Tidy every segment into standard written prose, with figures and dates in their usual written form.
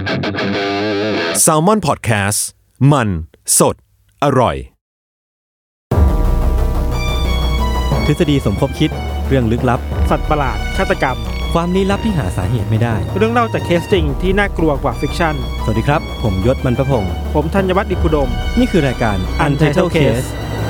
Salmon Podcast มันสดอร่อยทฤษฎีสมคบคิดเรื่องลึกลับสัตว์ประหลาดฆาตกรรมความลี้ลับที่หาสาเหตุไม่ได้เรื่องเล่าจากเคสจริงที่น่ากลัวกว่าฟิกชั่นสวัสดีครับผมยศมันประพงษ์ผมธัญวัฒน์อิพุดมนี่คือรายการ Untitled Case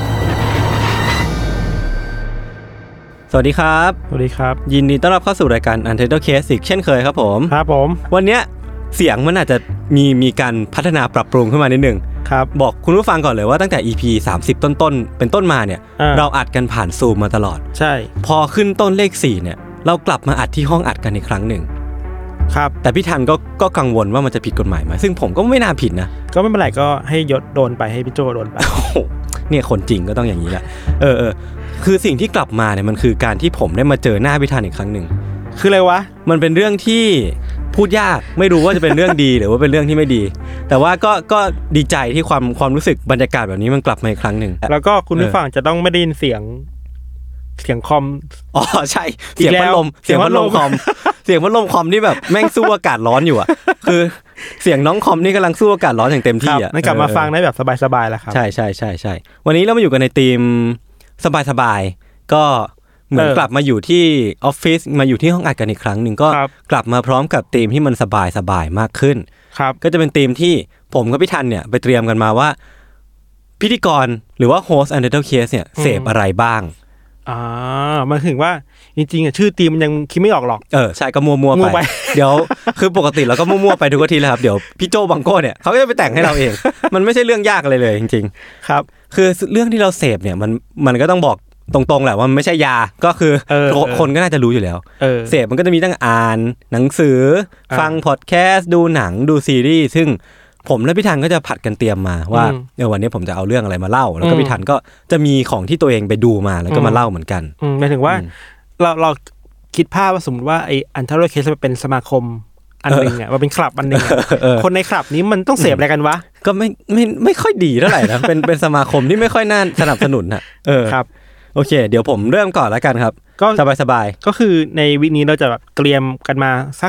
สวัสดีครับสวัสดีครับยินดีต้อนรับเข้าสู่รายการ Untitled Case อีกเช่นเคยครับผมครับผมวันนี้เสียงมันอาจจะมีการพัฒนาปรับปรุงขึ้นมานิดนึงครับบอกคุณผู้ฟังก่อนเลยว่าตั้งแต่ EP 30ต้นๆเป็นต้นมาเนี่ยเราอัดกันผ่านซูมมาตลอดใช่พอขึ้นต้นเลข4เนี่ยเรากลับมาอัดที่ห้องอัดกันอีกครั้งหนึ่งครับแต่พี่ทันก็กังวลว่ามันจะผิดกฎหมายไหมซึ่งผมก็ไม่น่าผิดนะก็ไม่เป็นไรก็ให้ยศโดนไปให้พี่โจโดนไปเนี่ยคนจริงก็ต้องอย่างนี้แหละคือสิ่งที่กลับมาเนี่ยมันคือการที่ผมได้มาเจอหน้าพี่ทันอีกครั้งหนึ่งคืออะไรวะมันเป็นเรื่องที่พูดยากไม่รู้ว่าจะเป็นเรื่องดี หรือว่าเป็นเรื่องที่ไม่ดีแต่ว่าก็ดีใจที่ความรู้สึกบรรยากาศแบบนี้มันกลับมาอีกครั้งหนึ่งแล้วก็คุณผู้ฟังจะต้องไม่ได้ยินเสียงคอมอ๋อใช่เสียงพัดลมคอมเสียงพัดลมคอมที่แบบแม่งสู้อากาศร้อนอยู่อ่ะคือเสียงน้องคอมนี่กำลังสู้อากาศร้อนอย่างเต็มที่อ่ะนั่นกลับมาฟังได้แบบสบายๆแล้วครับใช่วันนี้เรามาอยู่กันในธีมสบายๆก็เหมือนกลับมาอยู่ที่ออฟฟิศมาอยู่ที่ห้องอัดกันอีกครั้งหนึ่งก็กลับมาพร้อมกับธีมที่มันสบายมากขึ้นก็จะเป็นธีมที่ผมกับพี่ทันเนี่ยไปเตรียมกันมาว่าพิธีกรหรือว่าโฮสต์ Untitled Case เนี่ยเสพอะไรบ้างมันถึงว่าจริงๆอ่ะชื่อธีมมันยังคิดไม่ออกหรอกใช่ก็มั่วๆไปเดี๋ยวคือปกติเราก็มั่วๆไปทุกทีแล้วครับเดี๋ยวพี่โจบังโก้เนี่ยเขาก็จะไปแต่งให้เราเองมันไม่ใช่เรื่องยากอะไรเลยจริงๆครับคือเรื่องที่เราเสพเนี่ยมันก็ต้องบอกตรงๆแหละว่ามันไม่ใช่ยาก็คือคนก็น่าจะรู้อยู่แล้วเสพมันก็จะมีตั้งอ่านหนังสือฟังพอดแคสต์ดูหนังดูซีรีส์ซึ่งผมและพี่ทันก็จะผัดกันเตรียมมาว่าวันนี้ผมจะเอาเรื่องอะไรมาเล่าแล้วก็พี่ทันก็จะมีของที่ตัวเองไปดูมาแล้วก็มาเล่าเหมือนกันหมายถึงว่าเราคิดภาพว่าสมมติว่าไอ้ Untitled Case มันเป็นสมาคมอันนึงอ่ะมันเป็นคลับอันนึงคนในคลับนี้มันต้องเสพอะไรกันวะก็ไม่ค่อยดีเท่าไหร่นะเป็นสมาคมที่ไม่ค่อยน่าสนับสนุนน่ะครับโอเคเดี๋ยวผมเริ่มก่อนแล้วกันครับก็สบายก็คือในวินี้เราจะแบบเตรียมกันมาสัก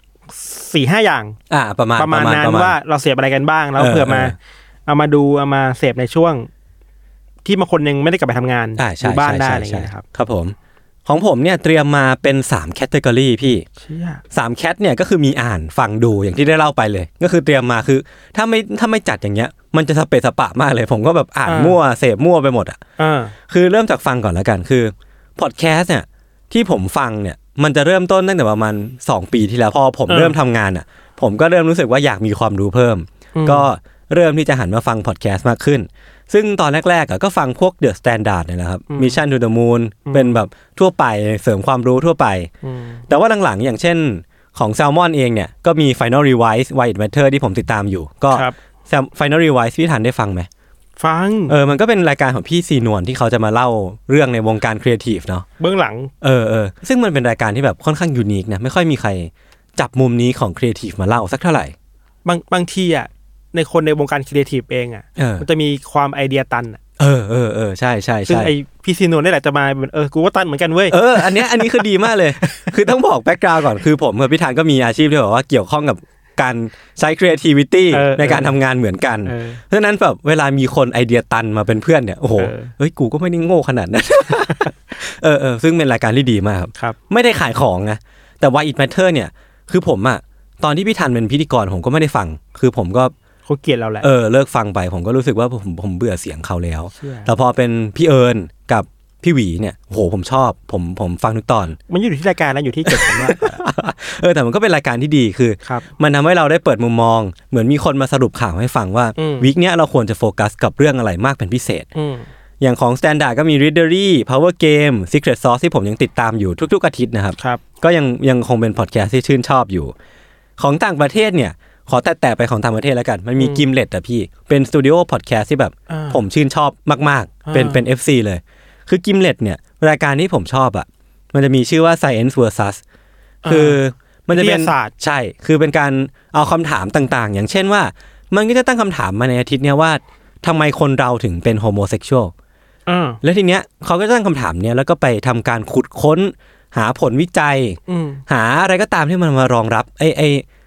4-5 อย่างประมาณนั้นว่าเราเสพอะไรกันบ้างแล้วเผื่อมาเอามาดูเอามาเสพในช่วงที่บางคนยังไม่ได้กลับไปทำงานอยู่บ้านได้อะไรอย่างเงี้ยครับครับผมของผมเนี่ยเตรียมมาเป็น3แคตตากรีพี่3แคทเนี่ยก็คือมีอ่านฟังดูอย่างที่ได้เล่าไปเลยก็คือเตรียมมาคือถ้าไม่จัดอย่างเงี้ยมันจะสเปะสปะมากเลยผมก็แบบอ่านมั่วเสพมั่วไปหมดอ่ะคือเริ่มจากฟังก่อนแล้วกันคือพอดแคสต์เนี่ยที่ผมฟังเนี่ยมันจะเริ่มต้นตั้งแต่ประมาณ2ปีที่แล้วพอผมเริ่มทำงานอ่ะผมก็เริ่มรู้สึกว่าอยากมีความรู้เพิ่มก็เริ่มที่จะหันมาฟังพอดแคสต์มากขึ้นซึ่งตอนแรกๆก็ฟังพวก The Standard เนี่ยแหละครับ Mission to the Moon เป็นแบบทั่วไปเสริมความรู้ทั่วไปแต่ว่าหลังๆอย่างเช่นของ Salmon เองเนี่ยก็มี Final Revise Why It Matter ที่ผมติดตามอยู่ก็ Final Revise พี่ทันได้ฟังไหมฟังมันก็เป็นรายการของพี่ซีนวลที่เขาจะมาเล่าเรื่องในวงการครีเอทีฟเนาะเบื้องหลังซึ่งมันเป็นรายการที่แบบค่อนข้างยูนิคนะไม่ค่อยมีใครจับมุมนี้ของครีเอทีฟมาเล่าสักเท่าไหร่บางทีอ่ะในคนในวงการครีเอทีฟเองอ่ะมันจะมีความไอเดียตันอ่ะใช่ซึ่งไอพี่ซีนวลนี่แหละจะมากูก็ตันเหมือนกันเว้ยอันนี้คือดีมากเลย คือต้องบอกแบ็คกราวด์ก่อนคือผมกับพี่ธันก็มีอาชีพที่แบบว่าเกี่ยวข้องกับการใช้ creativity ในการทำงานเหมือนกันเพราะฉะนั้นแบบเวลามีคนไอเดียตันมาเป็นเพื่อนเนี่ยโอ้โหเฮ้ยกูก็ไม่ได้โง่ขนาดนั้นซึ่งเป็นรายการที่ดีมากครับไม่ได้ขายของนะแต่ Why It Matter เนี่ยคือผมอ่ะตอนที่พี่ธันเป็นพิธีกรผมก็ไม่ได้ฟังคือผมก็เขาเกลียดเราแหละเลิกฟังไปผมก็รู้สึกว่าผมเบื่อเสียงเขาแล้วแต่พอเป็นพี่เอิญกับพี่หวีเนี่ยโหผมชอบผมฟังทุกตอนมันอยู่ที่รายการแล้วอยู่ที่เก็บผมว่าแต่มันก็เป็นรายการที่ดีคือมันทำให้เราได้เปิดมุมมองเหมือนมีคนมาสรุปข่าวให้ฟังว่าวีคเนี้ยเราควรจะโฟกัสกับเรื่องอะไรมากเป็นพิเศษอย่างของ Standard ก็มี Readery Power Game Secret Sauce ที่ผมยังติดตามอยู่ทุกๆอาทิตย์นะครับก็ยังคงเป็นพอดแคสต์ที่ชื่นชอบอยู่ของต่างประเทศเนี่ยขอแตะไปของต่างประเทศแล้วกันมันมี Gimlet อ่ะพี่เป็นสตูดิโอพอดแคสต์ที่แบบผมชื่นชอบมากๆเป็น FC เลยคือ Gimlet เนี่ยรายการที่ผมชอบอ่ะมันจะมีชื่อว่า Science vs คือมันจะเป็นใช่คือเป็นการเอาคำถามต่างๆอย่างเช่นว่ามันก็จะตั้งคำถามมาในอาทิตย์เนี้ยว่าทำไมคนเราถึงเป็นโฮโมเซ็กชวลแล้วทีเนี้ยเขาก็ตั้งคำถามเนี้ยแล้วก็ไปทำการขุดค้นหาผลวิจัยหาอะไรก็ตามที่มันมารองรับไอ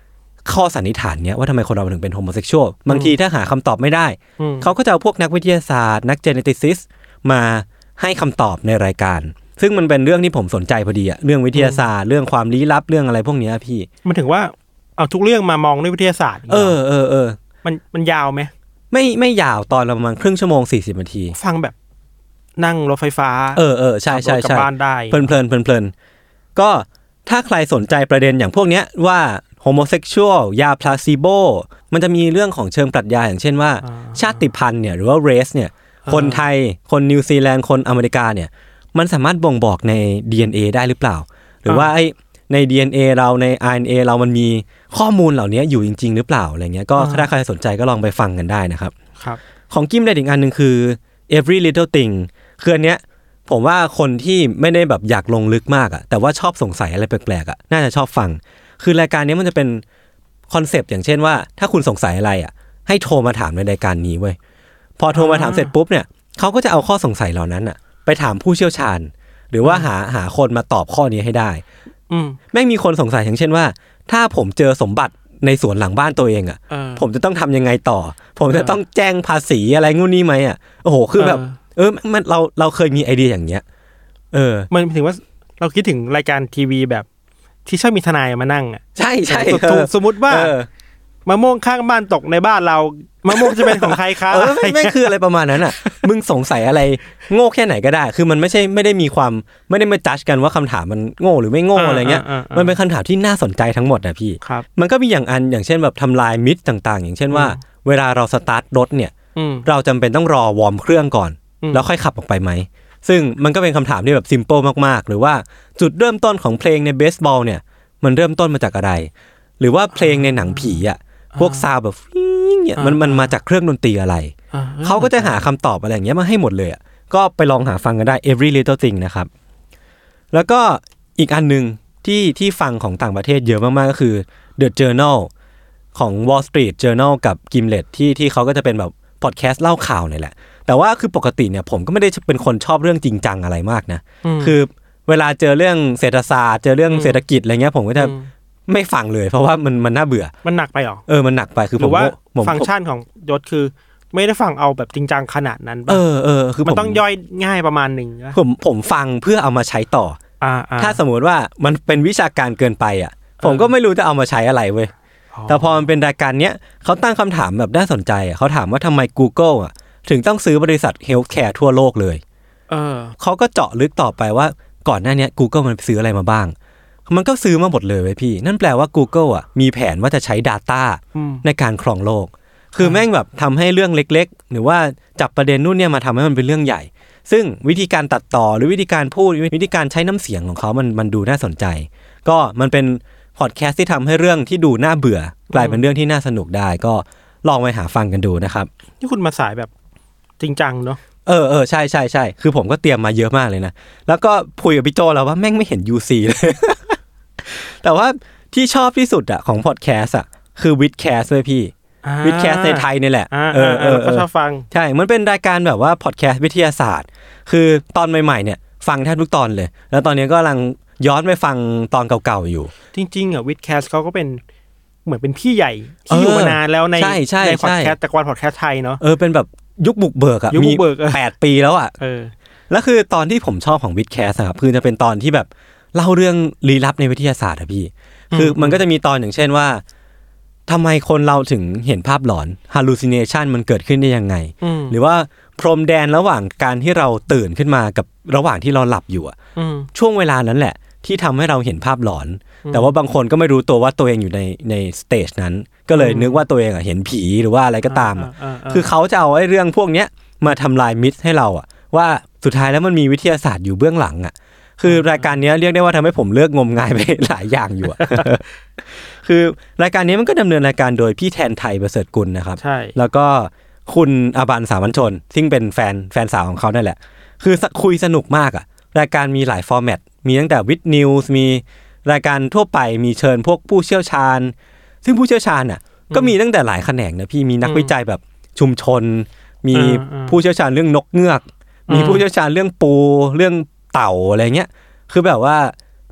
ข้อสันนิษฐานเนี้ยว่าทำไมคนเราถึงเป็นโฮโมเซ็กชวลบางทีถ้าหาคำตอบไม่ได้เขาก็จะเอาพวกนักวิทยาศาสตร์นักเจเนติซิสมาให้คำตอบในรายการซึ่งมันเป็นเรื่องที่ผมสนใจพอดีอะเรื่องวิทยาศาสตร์เรื่องความลี้ลับเรื่องอะไรพวกนี้พี่มันถึงว่าเอาทุกเรื่องมามองด้วยวิทยาศาสตร์มันยาวไหมไม่ยาวตอนประมาณครึ่งชั่วโมง40นาทีฟังแบบนั่งรถไฟฟ้าใช่ๆๆกลับบ้านได้เพลินก็ถ้าใครสนใจประเด็นอย่างพวกเนี้ยว่าโฮโมเซ็กชวลยาพลาซิโบมันจะมีเรื่องของเชิงปรัชญาอย่างเช่นว่าชาติพันธุ์เนี่ยหรือว่าเรสเนี่ยคนไทยคนนิวซีแลนด์คนอเมริกาเนี่ยมันสามารถบ่งบอกใน DNA ได้หรือเปล่าหรือว่าไอ้ใน DNA เราใน RNA เรามันมีข้อมูลเหล่านี้อยู่จริงๆหรือเปล่าอะไรเงี้ยก็ถ้าใครสนใจก็ลองไปฟังกันได้นะครับของกิมได้อีกอันนึงคือ Every Little Thing คืออันเนี้ยผมว่าคนที่ไม่ได้แบบอยากลงลึกมากอ่ะแต่ว่าชอบสงสัยอะไรแปลกๆอ่ะน่าจะชอบฟังคือรายการนี้มันจะเป็นคอนเซปต์อย่างเช่นว่าถ้าคุณสงสัยอะไรอ่ะให้โทรมาถามในรายการนี้เว้ยพอโทรมาถามเสร็จปุ๊บเนี่ยเขาก็จะเอาข้อสงสัยเหล่านั้นอ่ะไปถามผู้เชี่ยวชาญหรือว่าหาคนมาตอบข้อนี้ให้ได้แม่งมีคนสงสัยอย่างเช่นว่าถ้าผมเจอสมบัติในสวนหลังบ้านตัวเองอ่ะผมจะต้องทำยังไงต่อผมจะต้องแจ้งภาษีอะไรงู้นนี่ไหมอ่ะโอ้โหคือแบบมันเราเคยมีไอเดียอย่างเงี้ยมันถึงว่าเราคิดถึงรายการทีวีแบบที่ชอบมีทนายมานั่งอ่ะใช่ใช่สมมติว่ามะม่วงข้างบ้านตกในบ้านเรามะม่วงจะเป็นของใครคะไม่คืออะไรประมาณนั้นอ่ะมึงสงสัยอะไรโง่แค่ไหนก็ได้คือมันไม่ได้มีความไม่ได้มาจัดกันว่าคำถามมันโง่หรือไม่โง่อะไรเงี้ยมันเป็นคำถามที่น่าสนใจทั้งหมดอ่ะพี่มันก็มีอย่างเช่นแบบทำลายมิตรต่างๆอย่างเช่นว่าเวลาเราสตาร์ทรถเนี่ยเราจำเป็นต้องรอวอร์มเครื่องก่อนแล้วค่อยขับออกไปไหมซึ่งมันก็เป็นคำถามที่แบบซิมเปิลมากๆหรือว่าจุดเริ่มต้นของเพลงในเบสบอลเนี่ยมันเริ่มต้นมาจากอะไรหรือว่าเพลงในหนังผีอ่ะพวกซาวแบบเนี่ยมันมาจากเครื่องดนตรีอะไรเขาก็จะหาคำตอบอะไรอย่างเงี้ยมาให้หมดเลยอ่ะก็ไปลองหาฟังกันได้ Every Little Thing นะครับแล้วก็อีกอันนึงที่ฟังของต่างประเทศเยอะมากๆก็คือ The Journal ของ Wall Street Journal กับ Gimlet ที่เขาก็จะเป็นแบบพอดแคสต์เล่าข่าวนี่แหละแต่ว่าคือปกติเนี่ยผมก็ไม่ได้เป็นคนชอบเรื่องจริงจังอะไรมากนะคือเวลาเจอเรื่องเศรษฐศาสตร์เจอเรื่องเศรษฐกิจอะไรเงี้ยผมก็จะไม่ฟังเลยเพราะว่ามันน่าเบื่อมันหนักไปหรอมันหนักไปคือผมว่าฟังก์ชันของยศคือไม่ได้ฟังเอาแบบจริงจังขนาดนั้นป่ะคือมันต้องย่อยง่ายประมาณนึงผมฟังเพื่อเอามาใช้ต่อถ้าสมมติว่ามันเป็นวิชาการเกินไปอ่ะผมก็ไม่รู้จะเอามาใช้อะไรเว้ยแต่พอมันเป็นรายการเนี้ยเขาตั้งคำถามแบบน่าสนใจอ่ะเขาถามว่าทำไม Google อ่ะถึงต้องซื้อบริษัทเฮลท์แคร์ทั่วโลกเลยเขาก็เจาะลึกต่อไปว่าก่อนหน้านี้ Google มันซื้ออะไรมาบ้างมันก็ซื้อมาหมดเลยเว้ยพี่นั่นแปลว่า Google อ่ะมีแผนว่าจะใช้ data ในการครองโลกคือแม่งแบบทำให้เรื่องเล็กๆหรือว่าจับประเด็นนู่นเนี่ยมาทำให้มันเป็นเรื่องใหญ่ซึ่งวิธีการตัดต่อหรือวิธีการพูดวิธีการใช้น้ำเสียงของเขามันดูน่าสนใจก็มันเป็นพอดแคสต์ที่ทำให้เรื่องที่ดูน่าเบื่อกลายเป็นเรื่องที่น่าสนุกได้ก็ลองไปหาฟังกันดูนะครับนี่คุณมาสายแบบจริงจังเนาะใช่คือผมก็เตรียมมาเยอะมากเลยนะแล้วก็คุยกับพี่โจแล้วว่าแม่งไม่เห็น UC เลย แต่ว่าที่ชอบที่สุดอะของพอดแคสต์อะคือวิดแคสต์เลยพี่วิดแคสต์ในไทยนี่แหละก็ชอบฟังใช่มันเป็นรายการแบบว่าพอดแคสต์วิทยาศาสตร์คือตอนใหม่ๆเนี่ยฟังแทบทุกตอนเลยแล้วตอนนี้ก็กำลังย้อนไปฟังตอนเก่าๆอยู่จริงๆอ่ะวิดแคสต์เขาก็เป็นเหมือนเป็นพี่ใหญ่ที่อยู่มานานแล้วในพอดแคสต์จักรวาลพอดแคสต์ไทยเนาะเป็นแบบยุคบุกเบิกอ่ะมี8 ปีแล้วอ่ะแล้วคือตอนที่ผมชอบของวิดแคสต์ครับคือจะเป็นตอนที่แบบเล่าเรื่องลี้ลับในวิทยาศาสตร์อะพี่คือมันก็จะมีตอนอย่างเช่นว่าทำไมคนเราถึงเห็นภาพหลอน hallucination มันเกิดขึ้นได้ยังไงหรือว่าพรมแดนระหว่างการที่เราตื่นขึ้นมากับระหว่างที่เราหลับอยู่อ่ะช่วงเวลานั้นแหละที่ทำให้เราเห็นภาพหลอนแต่ว่าบางคนก็ไม่รู้ตัวว่าตัวเองอยู่ในสเตจนั้นก็เลยนึกว่าตัวเองอ่ะเห็นผีหรือว่าอะไรก็ตามคือเขาจะเอาไอ้เรื่องพวกเนี้ยมาทำลายมิตให้เราอ่ะว่าสุดท้ายแล้วมันมีวิทยาศาสตร์อยู่เบื้องหลังอ่ะคือรายการนี้เรียกได้ว่าทำให้ผมเลิกงมงายไปหลายอย่างอยู่ คือรายการนี้มันก็ดำเนินรายการโดยพี่แทนไทยประเสริฐกุลนะครับแล้วก็คุณอบันสามัญชนซึ่งเป็นแฟนสาวของเขานั่นแหละคือคุยสนุกมากอ่ะรายการมีหลายฟอร์แมตมีตั้งแต่วิดนิวส์มีรายการทั่วไปมีเชิญพวกผู้เชี่ยวชาญซึ่งผู้เชี่ยวชาญอ่ะก็มีตั้งแต่หลายแขนงนะพี่มีนักวิจัยแบบชุมชนมีผู้เชี่ยวชาญเรื่องนกเงือกมีผู้เชี่ยวชาญเรื่องปูเรื่องเต่าอะไรเงี้ยคือแบบว่า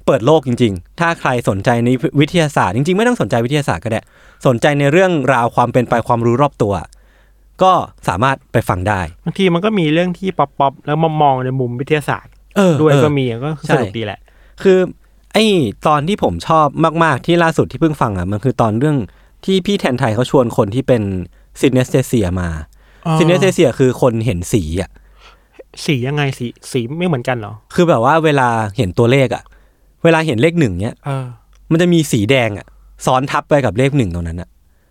เปิดโลกจริงๆถ้าใครสนใจในวิทยาศาสตร์จริงๆไม่ต้องสนใจวิทยาศาสตร์ก็ได้สนใจในเรื่องราวความเป็นไปความรู้รอบตัวก็สามารถไปฟังได้บางทีมันก็มีเรื่องที่ป๊อปๆแล้วมองในมุมวิทยาศาสตร์ด้วยก็มีก็สนุกดีแหละคือไอ้ตอนที่ผมชอบมากๆที่ล่าสุดที่เพิ่งฟังอ่ะมันคือตอนเรื่องที่พี่แทนไทยเขาชวนคนที่เป็นซินเนสเธเซียมาซินเนสเธเซียคือคนเห็นสีอ่ะสียังไงสีไม่เหมือนกันเหรอคือแบบว่าเวลาเห็นตัวเลขอ่ะเวลาเห็นเลข1เนี้ยมันจะมีสีแดงอ่ะซ้อนทับไปกับเลข1ตรงนั้นอ่ะ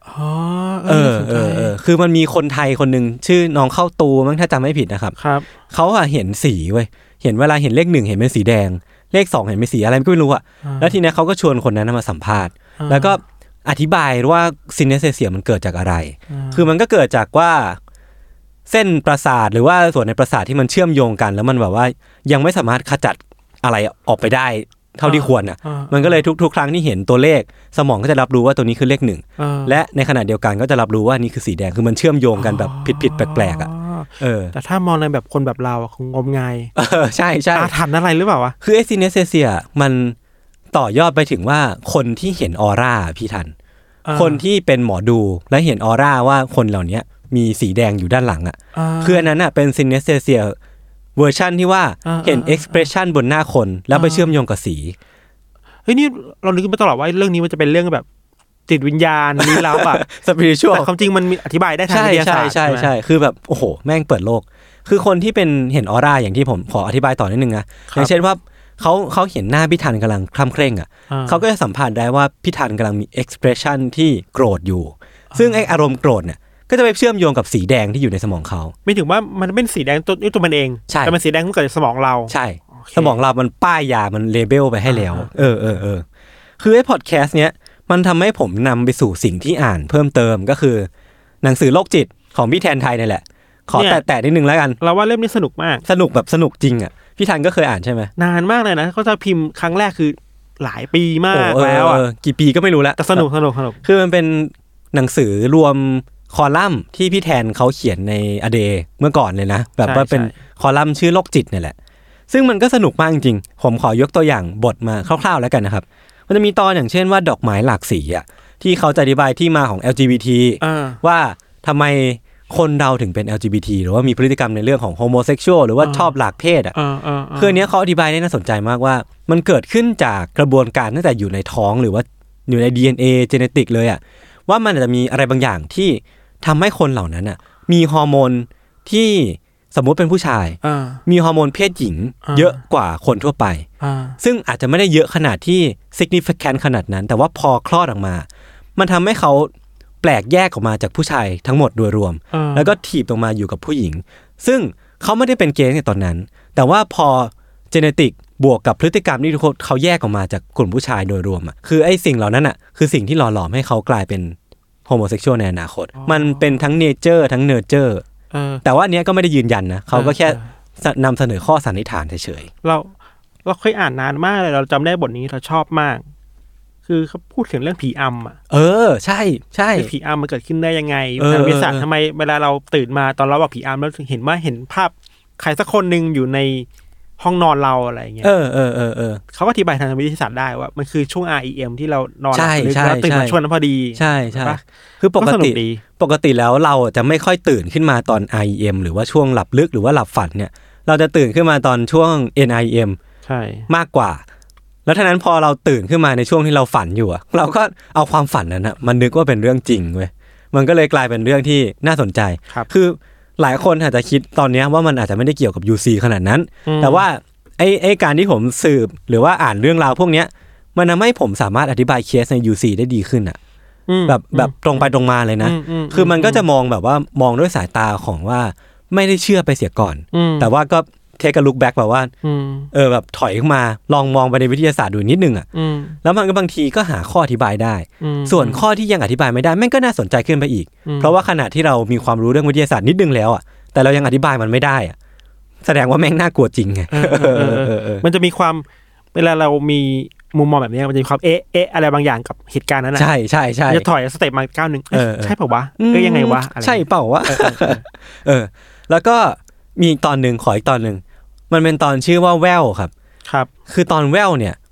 คือมันมีคนไทยคนนึงชื่อน้องเข้าตูมั้งถ้าจำไม่ผิดนะครับเขาอะเห็นสีเว้ยเห็นเวลาเห็นเลข1เห็นเป็นสีแดงเลข2เห็นเป็นสีอะไรก็ไม่รู้อ่ะแล้วทีนี้เขาก็ชวนคนนั้นมาสัมภาษณ์แล้วก็อธิบายว่าซินเนสเธเซียมันเกิดจากอะไรคือมันก็เกิดจากว่าเส้นประสาทหรือว่าส่วนในประสาทที่มันเชื่อมโยงกันแล้วมันแบบว่ายังไม่สามารถขจัดอะไรออกไปได้เท่าที่ควรอ่ะมันก็เลยทุกครั้งที่เห็นตัวเลขสมองก็จะรับรู้ว่าตัวนี้คือเลข1และในขณะเดียวกันก็จะรับรู้ว่านี่คือสีแดงคือมันเชื่อมโยงกันแบบผิดแปลกๆอ่ะแต่ถ้ามองในแบบคนแบบเราคงงมงายใช่ๆอาถรรพ์อะไรหรือเปล่าวะคือซินเนสเธเซียมันต่อยอดไปถึงว่าคนที่เห็นออร่าพี่ทันคนที่เป็นหมอดูและเห็นออร่าว่าคนเหล่านี้มีสีแดงอยู่ด้านหลังอ่ะคืออันนั้นอ่ะเป็นซินเนสเธเซียเวอร์ชันที่ว่าเห็น expression บนหน้าคนแล้วไปเชื่อมโยงกับสีเฮ้ยนี่เรานึกมาตลอดว่าเรื่องนี้มันจะเป็นเรื่องแบบจิตวิญญาณลี้ลับอ่ะ spiritual แต่ความจริงมันมีอธิบายได้ทางวิทยาศาสตร์ใช่คือแบบโอ้โหแม่งเปิดโลกคือคนที่เป็นเห็นออร่าอย่างที่ผมขออธิบายต่อนิดนึงนะอย่างเช่นว่าเขาเห็นหน้าพี่ทันกำลังคล่ำเคร่งอ่ะเขาก็จะสัมผัสได้ว่าพี่ทันกำลังมี expression ที่โกรธอยู่ซึ่งไออารมณ์โกรธเนี่ยก็จะไปเชื่อมโยงกับสีแดงที่อยู่ในสมองเขาไม่ถึงว่ามันเป็นสีแดงตัวมันเองแต่มันสีแดงที่เกิดจากสมองเราใช่สมองเรามันป้ายยามันเลเบลไปให้แล้วคือไอ้พอดแคสต์เนี้ยมันทำให้ผมนำไปสู่สิ่งที่อ่านเพิ่มเติมก็คือหนังสือโรคจิตของพี่แทนไทยนี่แหละขอแตะนิดนึงแล้วกันเราว่าเล่มนี้สนุกมากสนุกแบบสนุกจริงอ่ะพี่แทนก็เคยอ่านใช่ไหมนานมากเลยนะเขาจะพิมพ์ครั้งแรกคือหลายปีมากแล้วอ่ะกี่ปีก็ไม่รู้แล้วแต่สนุกคือมันเป็นหนังสือรวมคอลัมน์ที่พี่แทนเขาเขียนในอเดย์เมื่อก่อนเลยนะแบบว่าเป็นคอลัมน์ชื่อโรคจิตนี่แหละซึ่งมันก็สนุกมากจริงผมขอยกตัวอย่างบทมาคร่าวๆแล้วกันนะครับมันจะมีตอนอย่างเช่นว่าดอกไม้หลากสีอ่ะที่เขาจะอธิบายที่มาของ LGBT ว่าทำไมคนเราถึงเป็น LGBT หรือว่ามีพฤติกรรมในเรื่องของโฮโมเซ็กชวลหรือว่าชอบหลากเพศอ่ะคือเนี้ยเขาอธิบายได้น่าสนใจมากว่ามันเกิดขึ้นจากกระบวนการตั้งแต่อยู่ในท้องหรือว่าอยู่ใน DNA เจเนติกเลยอ่ะว่ามันอาจจะมีอะไรบางอย่างที่ทำให้คนเหล่านั้นอ่ะมีฮอร์โมนที่สมมุติเป็นผู้ชายมีฮอร์โมนเพศหญิงเยอะกว่าคนทั่วไปซึ่งอาจจะไม่ได้เยอะขนาดที่ significant ขนาดนั้นแต่ว่าพอคลอดออกมามันทำให้เขาแปลกแยกออกมาจากผู้ชายทั้งหมดโดยรวมแล้วก็ถีบลงมาอยู่กับผู้หญิงซึ่งเขาไม่ได้เป็นเกย์ในตอนนั้นแต่ว่าพอเจเนติกบวกกับพฤติกรรมที่เขาแยกออกมาจากกลุ่มผู้ชายโดยรวมอ่ะคือไอ้สิ่งเหล่านั้นอ่ะคือสิ่งที่หล่อหลอมให้เขากลายเป็นโฮโมเซ็กชวลในอนาคตมันเป็นทั้งเนเจอร์ทั้งเนอร์เจอร์แต่ว่าเนี้ยก็ไม่ได้ยืนยันนะเขาก็แค่นำเสนอข้อสันนิษฐานเฉยๆเราเคยอ่านนานมากเลยเราจำได้บทนี้เราชอบมากคือเขาพูดถึงเรื่องผีอำอ่ะใช่ผีอำมันเกิดขึ้นได้ยังไงทางวิทยาศาสตร์ทำไมเวลาเราตื่นมาตอนเราบอกผีอำแล้วเห็นภาพใครสักคนนึงอยู่ในห้องนอนเราอะไรอย่างเงี้ยเขาก็อธิบายทางวิทยาศาสตร์ได้ว่ามันคือช่วง REM ที่เรานอนหรือเราตื่นมาช่วงนั้นพอดีใช่คือปกติแล้วเราจะไม่ค่อยตื่นขึ้นมาตอน REM หรือว่าช่วงหลับลึกหรือว่าหลับฝันเนี่ยเราจะตื่นขึ้นมาตอนช่วง NREM ใช่มากกว่าแล้วท่านั้นพอเราตื่นขึ้นมาในช่วงที่เราฝันอยู่เราก็เอาความฝันนั้นนะมันนึกว่าเป็นเรื่องจริงเว้ยมันก็เลยกลายเป็นเรื่องที่น่าสนใจคือหลายคนอาจจะคิดตอนนี้ว่ามันอาจจะไม่ได้เกี่ยวกับ UC ขนาดนั้นแต่ว่าไอ้การที่ผมสืบหรือว่าอ่านเรื่องราวพวกเนี้ยมันทำให้ผมสามารถอธิบายเคสใน UC ได้ดีขึ้นอ่ะแบบตรงไปตรงมาเลยนะคือมันก็จะมองแบบว่ามองด้วยสายตาของว่าไม่ได้เชื่อไปเสียก่อนแต่ว่าก็เทคลุกแบ็กแบบว่าแบบถอยขึ้นมาลองมองไปในวิทยาศาสตร์ดูนิดนึงอ่ะแล้วมันก็บางทีก็หาข้ออธิบายได้ส่วนข้อที่ยังอธิบายไม่ได้แม่งก็น่าสนใจขึ้นไปอีกเพราะว่าขณะที่เรามีความรู้เรื่องวิทยาศาสตร์นิดนึงแล้วอ่ะแต่เรายังอธิบายมันไม่ได้อ่ะแสดงว่าแม่งน่ากลัวจริงไงมันจะมีความเวลาเรามีมุมมองแบบนี้มันจะมีความเอ๊ะอะไรบางอย่างกับเหตุการณ์นั้นนะใช่จะถอยสเต็ปมาก้าวนึงใช่เปล่าวะยังไงวะใช่เปล่าวะแล้วก็มีตอนนึงขออีกตอนนึงมันเป็นตอนชื่อว่าแววครับคือตอนแววเนี่ย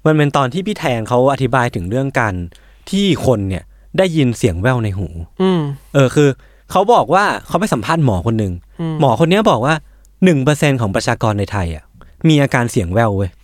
มันเป็นตอนที่พี่แทนเขาอธิบายถึงเรื่องการที่คนเนี่ยได้ยินเสียงแว่วในหูคือเขาบอกว่าเขาไปสัมภาษณ์หมอคนหนึ่งหมอคนนี้บอกว่า 1% ของประชากรในไทยอ่ะมีอาการเสียงแว่วเว้ย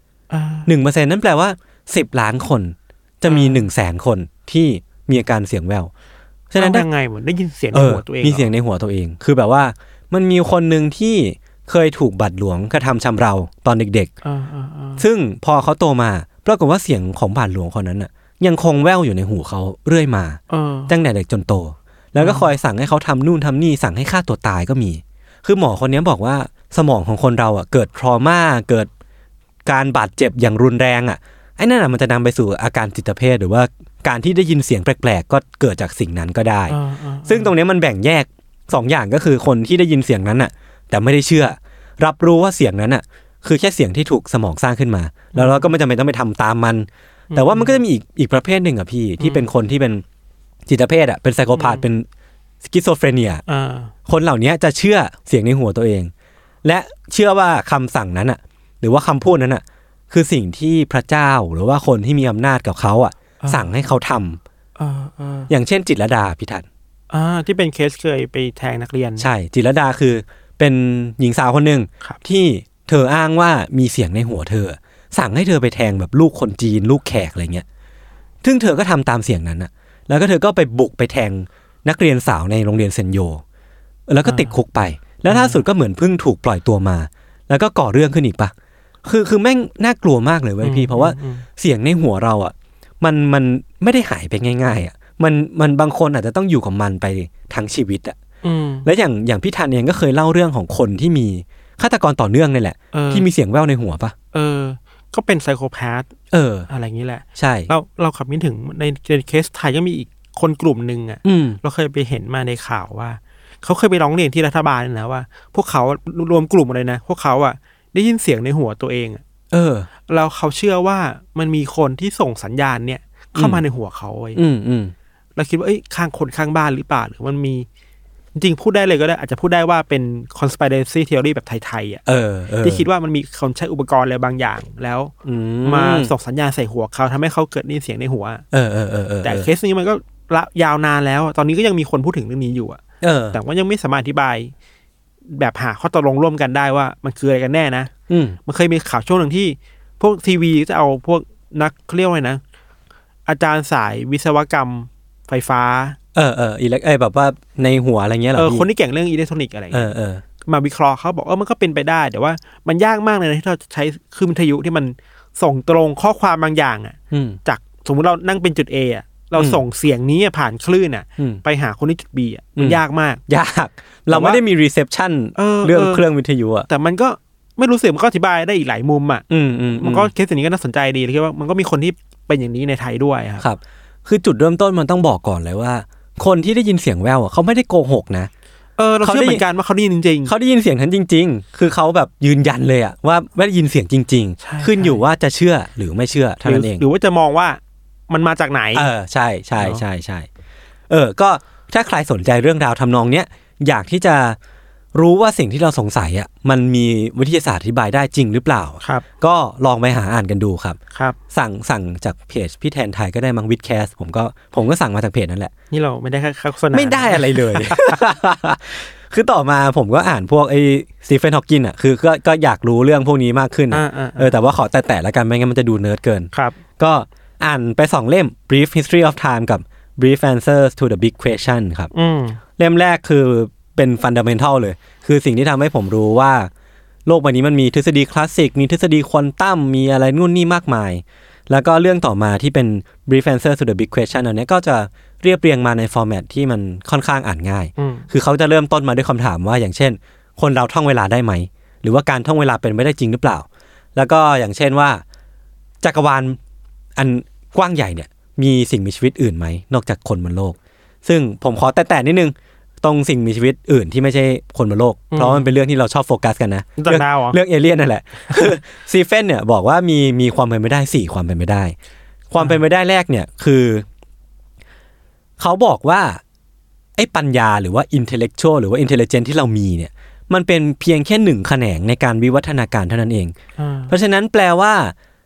1% นั่นแปลว่า10ล้านคนจะมี 100,000 คนที่มีอาการเสียงแว่วฉะนั้นยังไงเหมือนได้ยินเสียงในหัวตัวเองมีเสียงในหัวตัวเองคือแบบว่ามันมีคนนึงที่เคยถูกบาดหลวงกระทำชำเราตอนเด็กๆซึ่งพอเขาโตมาปรากฏว่าเสียงของบาดหลวงคนนั้นน่ะยังคงแว่วอยู่ในหูเขาเรื่อยมาตั้งแต่เด็กจนโตแล้วก็คอยสั่งให้เขาทำนู่นทำนี่สั่งให้ฆ่าตัวตายก็มีคือหมอคนนี้บอกว่าสมองของคนเราอ่ะเกิดทรมาเกิดการบาดเจ็บอย่างรุนแรงอ่ะไอ้นั่นน่ะมันจะนำไปสู่อาการจิตเภทหรือว่าการที่ได้ยินเสียงแปลกๆก็เกิดจากสิ่งนั้นก็ได้ซึ่งตรงนี้มันแบ่งแยก2อย่างก็คือคนที่ได้ยินเสียงนั้นน่ะแต่ไม่ได้เชื่อรับรู้ว่าเสียงนั้นน่ะคือแค่เสียงที่ถูกสมองสร้างขึ้นมาแล้วเราก็ไม่จำเป็นต้องไปทำตามมันแต่ว่ามันก็จะมีอีกประเภทหนึ่งอ่ะพี่ที่เป็นคนที่เป็นจิตเภทอ่ะเป็นไซโคพาธเป็นสคิโซเฟรเนียคนเหล่านี้จะเชื่อเสียงในหัวตัวเองและเชื่อว่าคำสั่งนั้นอ่ะหรือว่าคำพูดนั้นอ่ะคือสิ่งที่พระเจ้าหรือว่าคนที่มีอำนาจกับเขาอ่ะสั่งให้เขาทำอย่างเช่นจิตรลดาพี่ทันที่เป็นเคสเคยไปแทงนักเรียนใช่จิตรลดาคือเป็นหญิงสาวคนหนึ่งที่เธออ้างว่ามีเสียงในหัวเธอสั่งให้เธอไปแทงแบบลูกคนจีนลูกแขกอะไรเงี้ยซึ่งเธอก็ทำตามเสียงนั้นอ่ะแล้วก็เธอก็ไปบุกไปแทงนักเรียนสาวในโรงเรียนเซนโยแล้วก็ติดคุกไปแล้วล่าสุดก็เหมือนเพิ่งถูกปล่อยตัวมาแล้วก็ก่อเรื่องขึ้นอีกปะคือแม่งน่ากลัวมากเลยเว้ยพี่เพราะว่าเสียงในหัวเราอ่ะมันไม่ได้หายไปง่ายๆอ่ะมันบางคนอาจจะต้องอยู่กับมันไปทั้งชีวิตอ่ะและอย่างพี่ธันเองก็เคยเล่าเรื่องของคนที่มีฆาตกรต่อเนื่องนี่แหละที่มีเสียงแว่วในหัวปะก็เป็นไซโคแพธอะไรอย่างนี้แหละใช่เราขับมิถึงในเคสไทยก็มีอีกคนกลุ่มนึงอ่ะเราเคยไปเห็นมาในข่าวว่าเขาเคยไปร้องเรียนที่รัฐบาลนะว่าพวกเขารวมกลุ่มอะไรนะพวกเขาอ่ะได้ยินเสียงในหัวตัวเองแล้วเขาเชื่อว่ามันมีคนที่ส่งสัญญาณเนี่ยเข้ามาในหัวเขาไว้เราคิดว่าข้างคนข้างบ้านหรือเปล่าหรือมันมีจริงพูดได้เลยก็ได้อาจจะพูดได้ว่าเป็น conspiracy theory แบบไทยๆอ่ะที่คิดว่ามันมีคนใช้อุปกรณ์อะไรบางอย่างแล้วมาส่งสัญญาณใส่หัวเขาทำให้เขาเกิดนี่เสียงในหัวแต่เคสนี้มันก็ยาวนานแล้วตอนนี้ก็ยังมีคนพูดถึงเรื่องนี้อยู่อ่ะแต่ว่ายังไม่สามารถอธิบายแบบหาข้อตกลงร่วมกันได้ว่ามันคืออะไรกันแน่นะมันเคยมีข่าวช่วงหนึ่งที่พวกทีวีจะเอาพวกนักเรียกว่าไงนะอาจารย์สายวิศวกรรมไฟฟ้าแบบว่าในหัวอะไรเงี้ยเหรอคนที่เก่งเรื่องอิเล็กทรอนิกส์อะไรเงี้ยมาวิเคราะห์เขาบอกมันก็เป็นไปได้แต่ว่ามันยากมากเลยนะที่เราจะใช้คลื่นวิทยุที่มันส่งตรงข้อความบางอย่างอ่ะจากสมมุติเรานั่งเป็นจุด A อ่ะเราส่งเสียงนี้ผ่านคลื่นอ่ะไปหาคนที่จุด B อ่ะมันยากมากยากเราไม่ได้มี reception เรื่องเครื่องวิทยุอ่ะแต่มันก็ไม่รู้สึกมันก็อธิบายได้อีกหลายมุมอ่ะมันก็เคสนี้ก็น่าสนใจดีเลยคิดว่ามันก็มีคนที่เป็นอย่างนี้ในไทยด้วยครับคือจุดเริ่มต้นมันต้องบอกก่อนเลยว่าคนที่ได้ยินเสียงแว่วอ่ะเขาไม่ได้โกหกนะเราเชื่อเหมือนกันว่าเขาได้ยินจริงๆเขาได้ยินเสียงนั้นจริงๆคือเขาแบบยืนยันเลยอ่ะว่าได้ยินเสียงจริงๆขึ้นอยู่ว่าจะเชื่อหรือไม่เชื่อเท่านั้นเองหรือว่าจะมองว่ามันมาจากไหนใช่ใช่ใช่ใช่ก็ถ้าใครสนใจเรื่องราวทำนองเนี้ยอยากที่จะรู้ว่าสิ่งที่เราสงสัยอ่ะมันมีวิทยาศาสตร์อธิบายได้จริงหรือเปล่าครับก็ลองไปหาอ่านกันดูครับครับสั่งจากเพจพี่แทนไทยก็ได้มั้งวิดแคสผมก็สั่งมาจากเพจนั่นแหละนี่เราไม่ได้โฆษณาไม่ได้อะไรเลย คือต่อมาผมก็อ่านพวกไอ้สตีเฟนฮอว์กินอ่ะคือก็อยากรู้เรื่องพวกนี้มากขึ้นแต่ว่าขอแต่ละกันไม่งั้นมันจะดูเนิร์ดเกินครับก็อ่านไป2เล่ม Brief History of Time กับ Brief Answers to the Big Question ครับเล่มแรกคือเป็นฟันดาเมนทัลเลยคือสิ่งที่ทำให้ผมรู้ว่าโลกใบนี้มันมีทฤษฎีคลาสสิกมีทฤษฎีควอนตัมมีอะไรนู่นนี่มากมายแล้วก็เรื่องต่อมาที่เป็น Brief Answer to the Big Question อันนี้ก็จะเรียบเรียงมาในฟอร์แมตที่มันค่อนข้างอ่านง่ายคือเขาจะเริ่มต้นมาด้วยคำถามว่าอย่างเช่นคนเราท่องเวลาได้ไหมหรือว่าการท่องเวลาเป็นไปได้จริงหรือเปล่าแล้วก็อย่างเช่นว่าจักรวาลอันกว้างใหญ่เนี่ยมีสิ่งมีชีวิตอื่นไหมนอกจากคนบนโลกซึ่งผมขอแตะนิดนึงตรงสิ่งมีชีวิตอื่นที่ไม่ใช่คนบนโลกเพราะมันเป็นเรื่องที่เราชอบโฟกัสกันนะเรื่องเอเลี่ยนนั่นแหละซีเฟนเนี่ยบอกว่ามีความเป็นไปได้4ความเป็นไปได้ความเป็นไปได้แรกเนี่ยคือเขาบอกว่าไอ้ปัญญาหรือว่า intellectual หรือว่า intelligence ที่เรามีเนี่ยมันเป็นเพียงแค่1แขนงในการวิวัฒนาการเท่านั้นเองเพราะฉะนั้นแปลว่า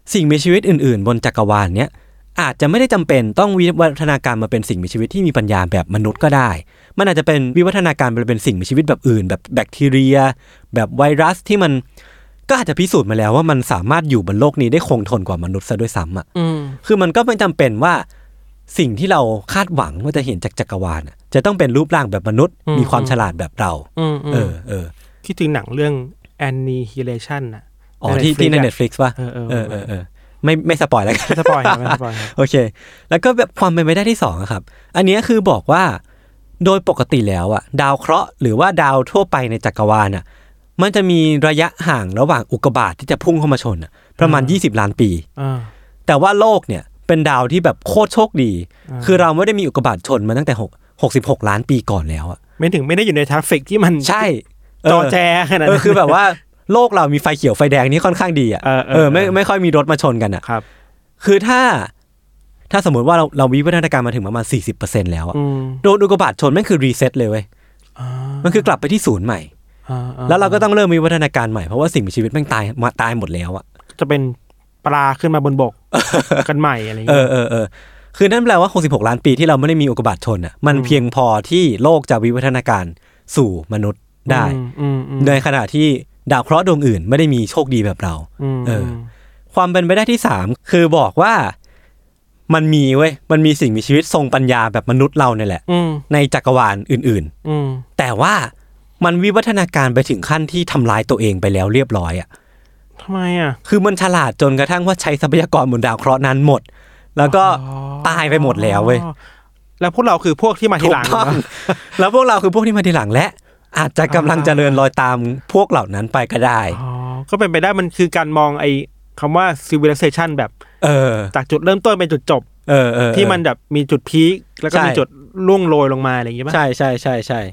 สิ่งมีชีวิตอื่นๆบนจักรวาลเนี้ยอาจจะไม่ได้จำเป็นต้องวิวัฒนาการมาเป็นสิ่งมีชีวิตที่มีปัญญาแบบมนุษย์ก็ได้มันอาจจะเป็นวิวัฒนาการมาเป็นสิ่งมีชีวิตแบบอื่นแบบแบคทีเรียแบบไวรัสที่มันก็อาจจะพิสูจน์มาแล้วว่ามันสามารถอยู่บนโลกนี้ได้คงทนกว่ามนุษย์ซะด้วยซ้ำอ่ะคือมันก็ไม่จำเป็นว่าสิ่งที่เราคาดหวังว่าจะเห็นจากจักรวาลจะต้องเป็นรูปร่างแบบมนุษย์มีความฉลาดแบบเราคิดถึงหนังเรื่อง Annihilation น่ะที่ใน Netflix ป่ะไม่สปอยแล้วกันไม่สปอยโอเคแล้วก็แบบความเป็นไปได้ที่2อ่ะครับอันนี้คือบอกว่าโดยปกติแล้วอ่ะดาวเคราะห์หรือว่าดาวทั่วไปในจักรวาลอ่ะมันจะมีระยะห่างระหว่างอุกกาบาตที่จะพุ่งเข้ามาชนอ่ะประมาณ20ล้านปีแต่ว่าโลกเนี่ยเป็นดาวที่แบบโคตรโชคดีคือเราไม่ได้มีอุกกาบาตชนมาตั้งแต่66ล้านปีก่อนแล้วอ่ะไม่ได้อยู่ในทราฟฟิกที่มันใช่จอแจขนาดนั้นคือแบบว่าโลกเรามีไฟเขียวไฟแดงนี่ค่อนข้างดีอ่ะไม่ค่อยมีรถมาชนกันอ่ะครับคือถ้าสมมติว่าเราวิวัฒนาการมาถึงประมาณ 40% แล้วอ่ะโดนอุกกาบาตชนแม่งคือรีเซ็ตเลยเว้ยมันคือกลับไปที่ศูนย์ใหม่แล้วเราก็ต้องเริ่มวิวัฒนาการใหม่เพราะว่าสิ่งมีชีวิตแม่งตายหมดแล้วอ่ะจะเป็นปลาขึ้นมาบนบกกันใหม่อะไรอย่างเงี้ยคือนั่นแปลว่า66ล้านปีที่เราไม่ได้มีอุกกาบาตชนอ่ะมันเพียงพอที่โลกจะวิวัฒนาการสู่มนุษย์ได้ในขณะที่ดาวเคราะห์ดวงอื่นไม่ได้มีโชคดีแบบเราความเป็นไปได้ที่3คือบอกว่ามันมีสิ่งมีชีวิตทรงปัญญาแบบมนุษย์เราเนี่ยแหละในจักรวาลอื่นๆแต่ว่ามันวิวัฒนาการไปถึงขั้นที่ทำลายตัวเองไปแล้วเรียบร้อยอ่ะทำไมอ่ะคือมันฉลาดจนกระทั่งว่าใช้ทรัพยากรบนดาวเคราะห์นั้นหมดแล้วก็ตายไปหมดแล้วเว้ยแล้วพวกเราคือพวกที่มาทีหลังแล้วพวกเราคือพวกที่มาทีหลังและอาจจะกำลังเจริญรอยตามพวกเหล่านั้นไปก็ได้ก็เป็นไปได้มันคือการมองไอ้คำว่า civilization แบบจากจุดเริ่มต้นเป็นจุดจบที่มันแบบมีจุดพีคแล้วก็มีจุดล่วงโรยลงมาอะไรอย่างเงี้ยป่ะใช่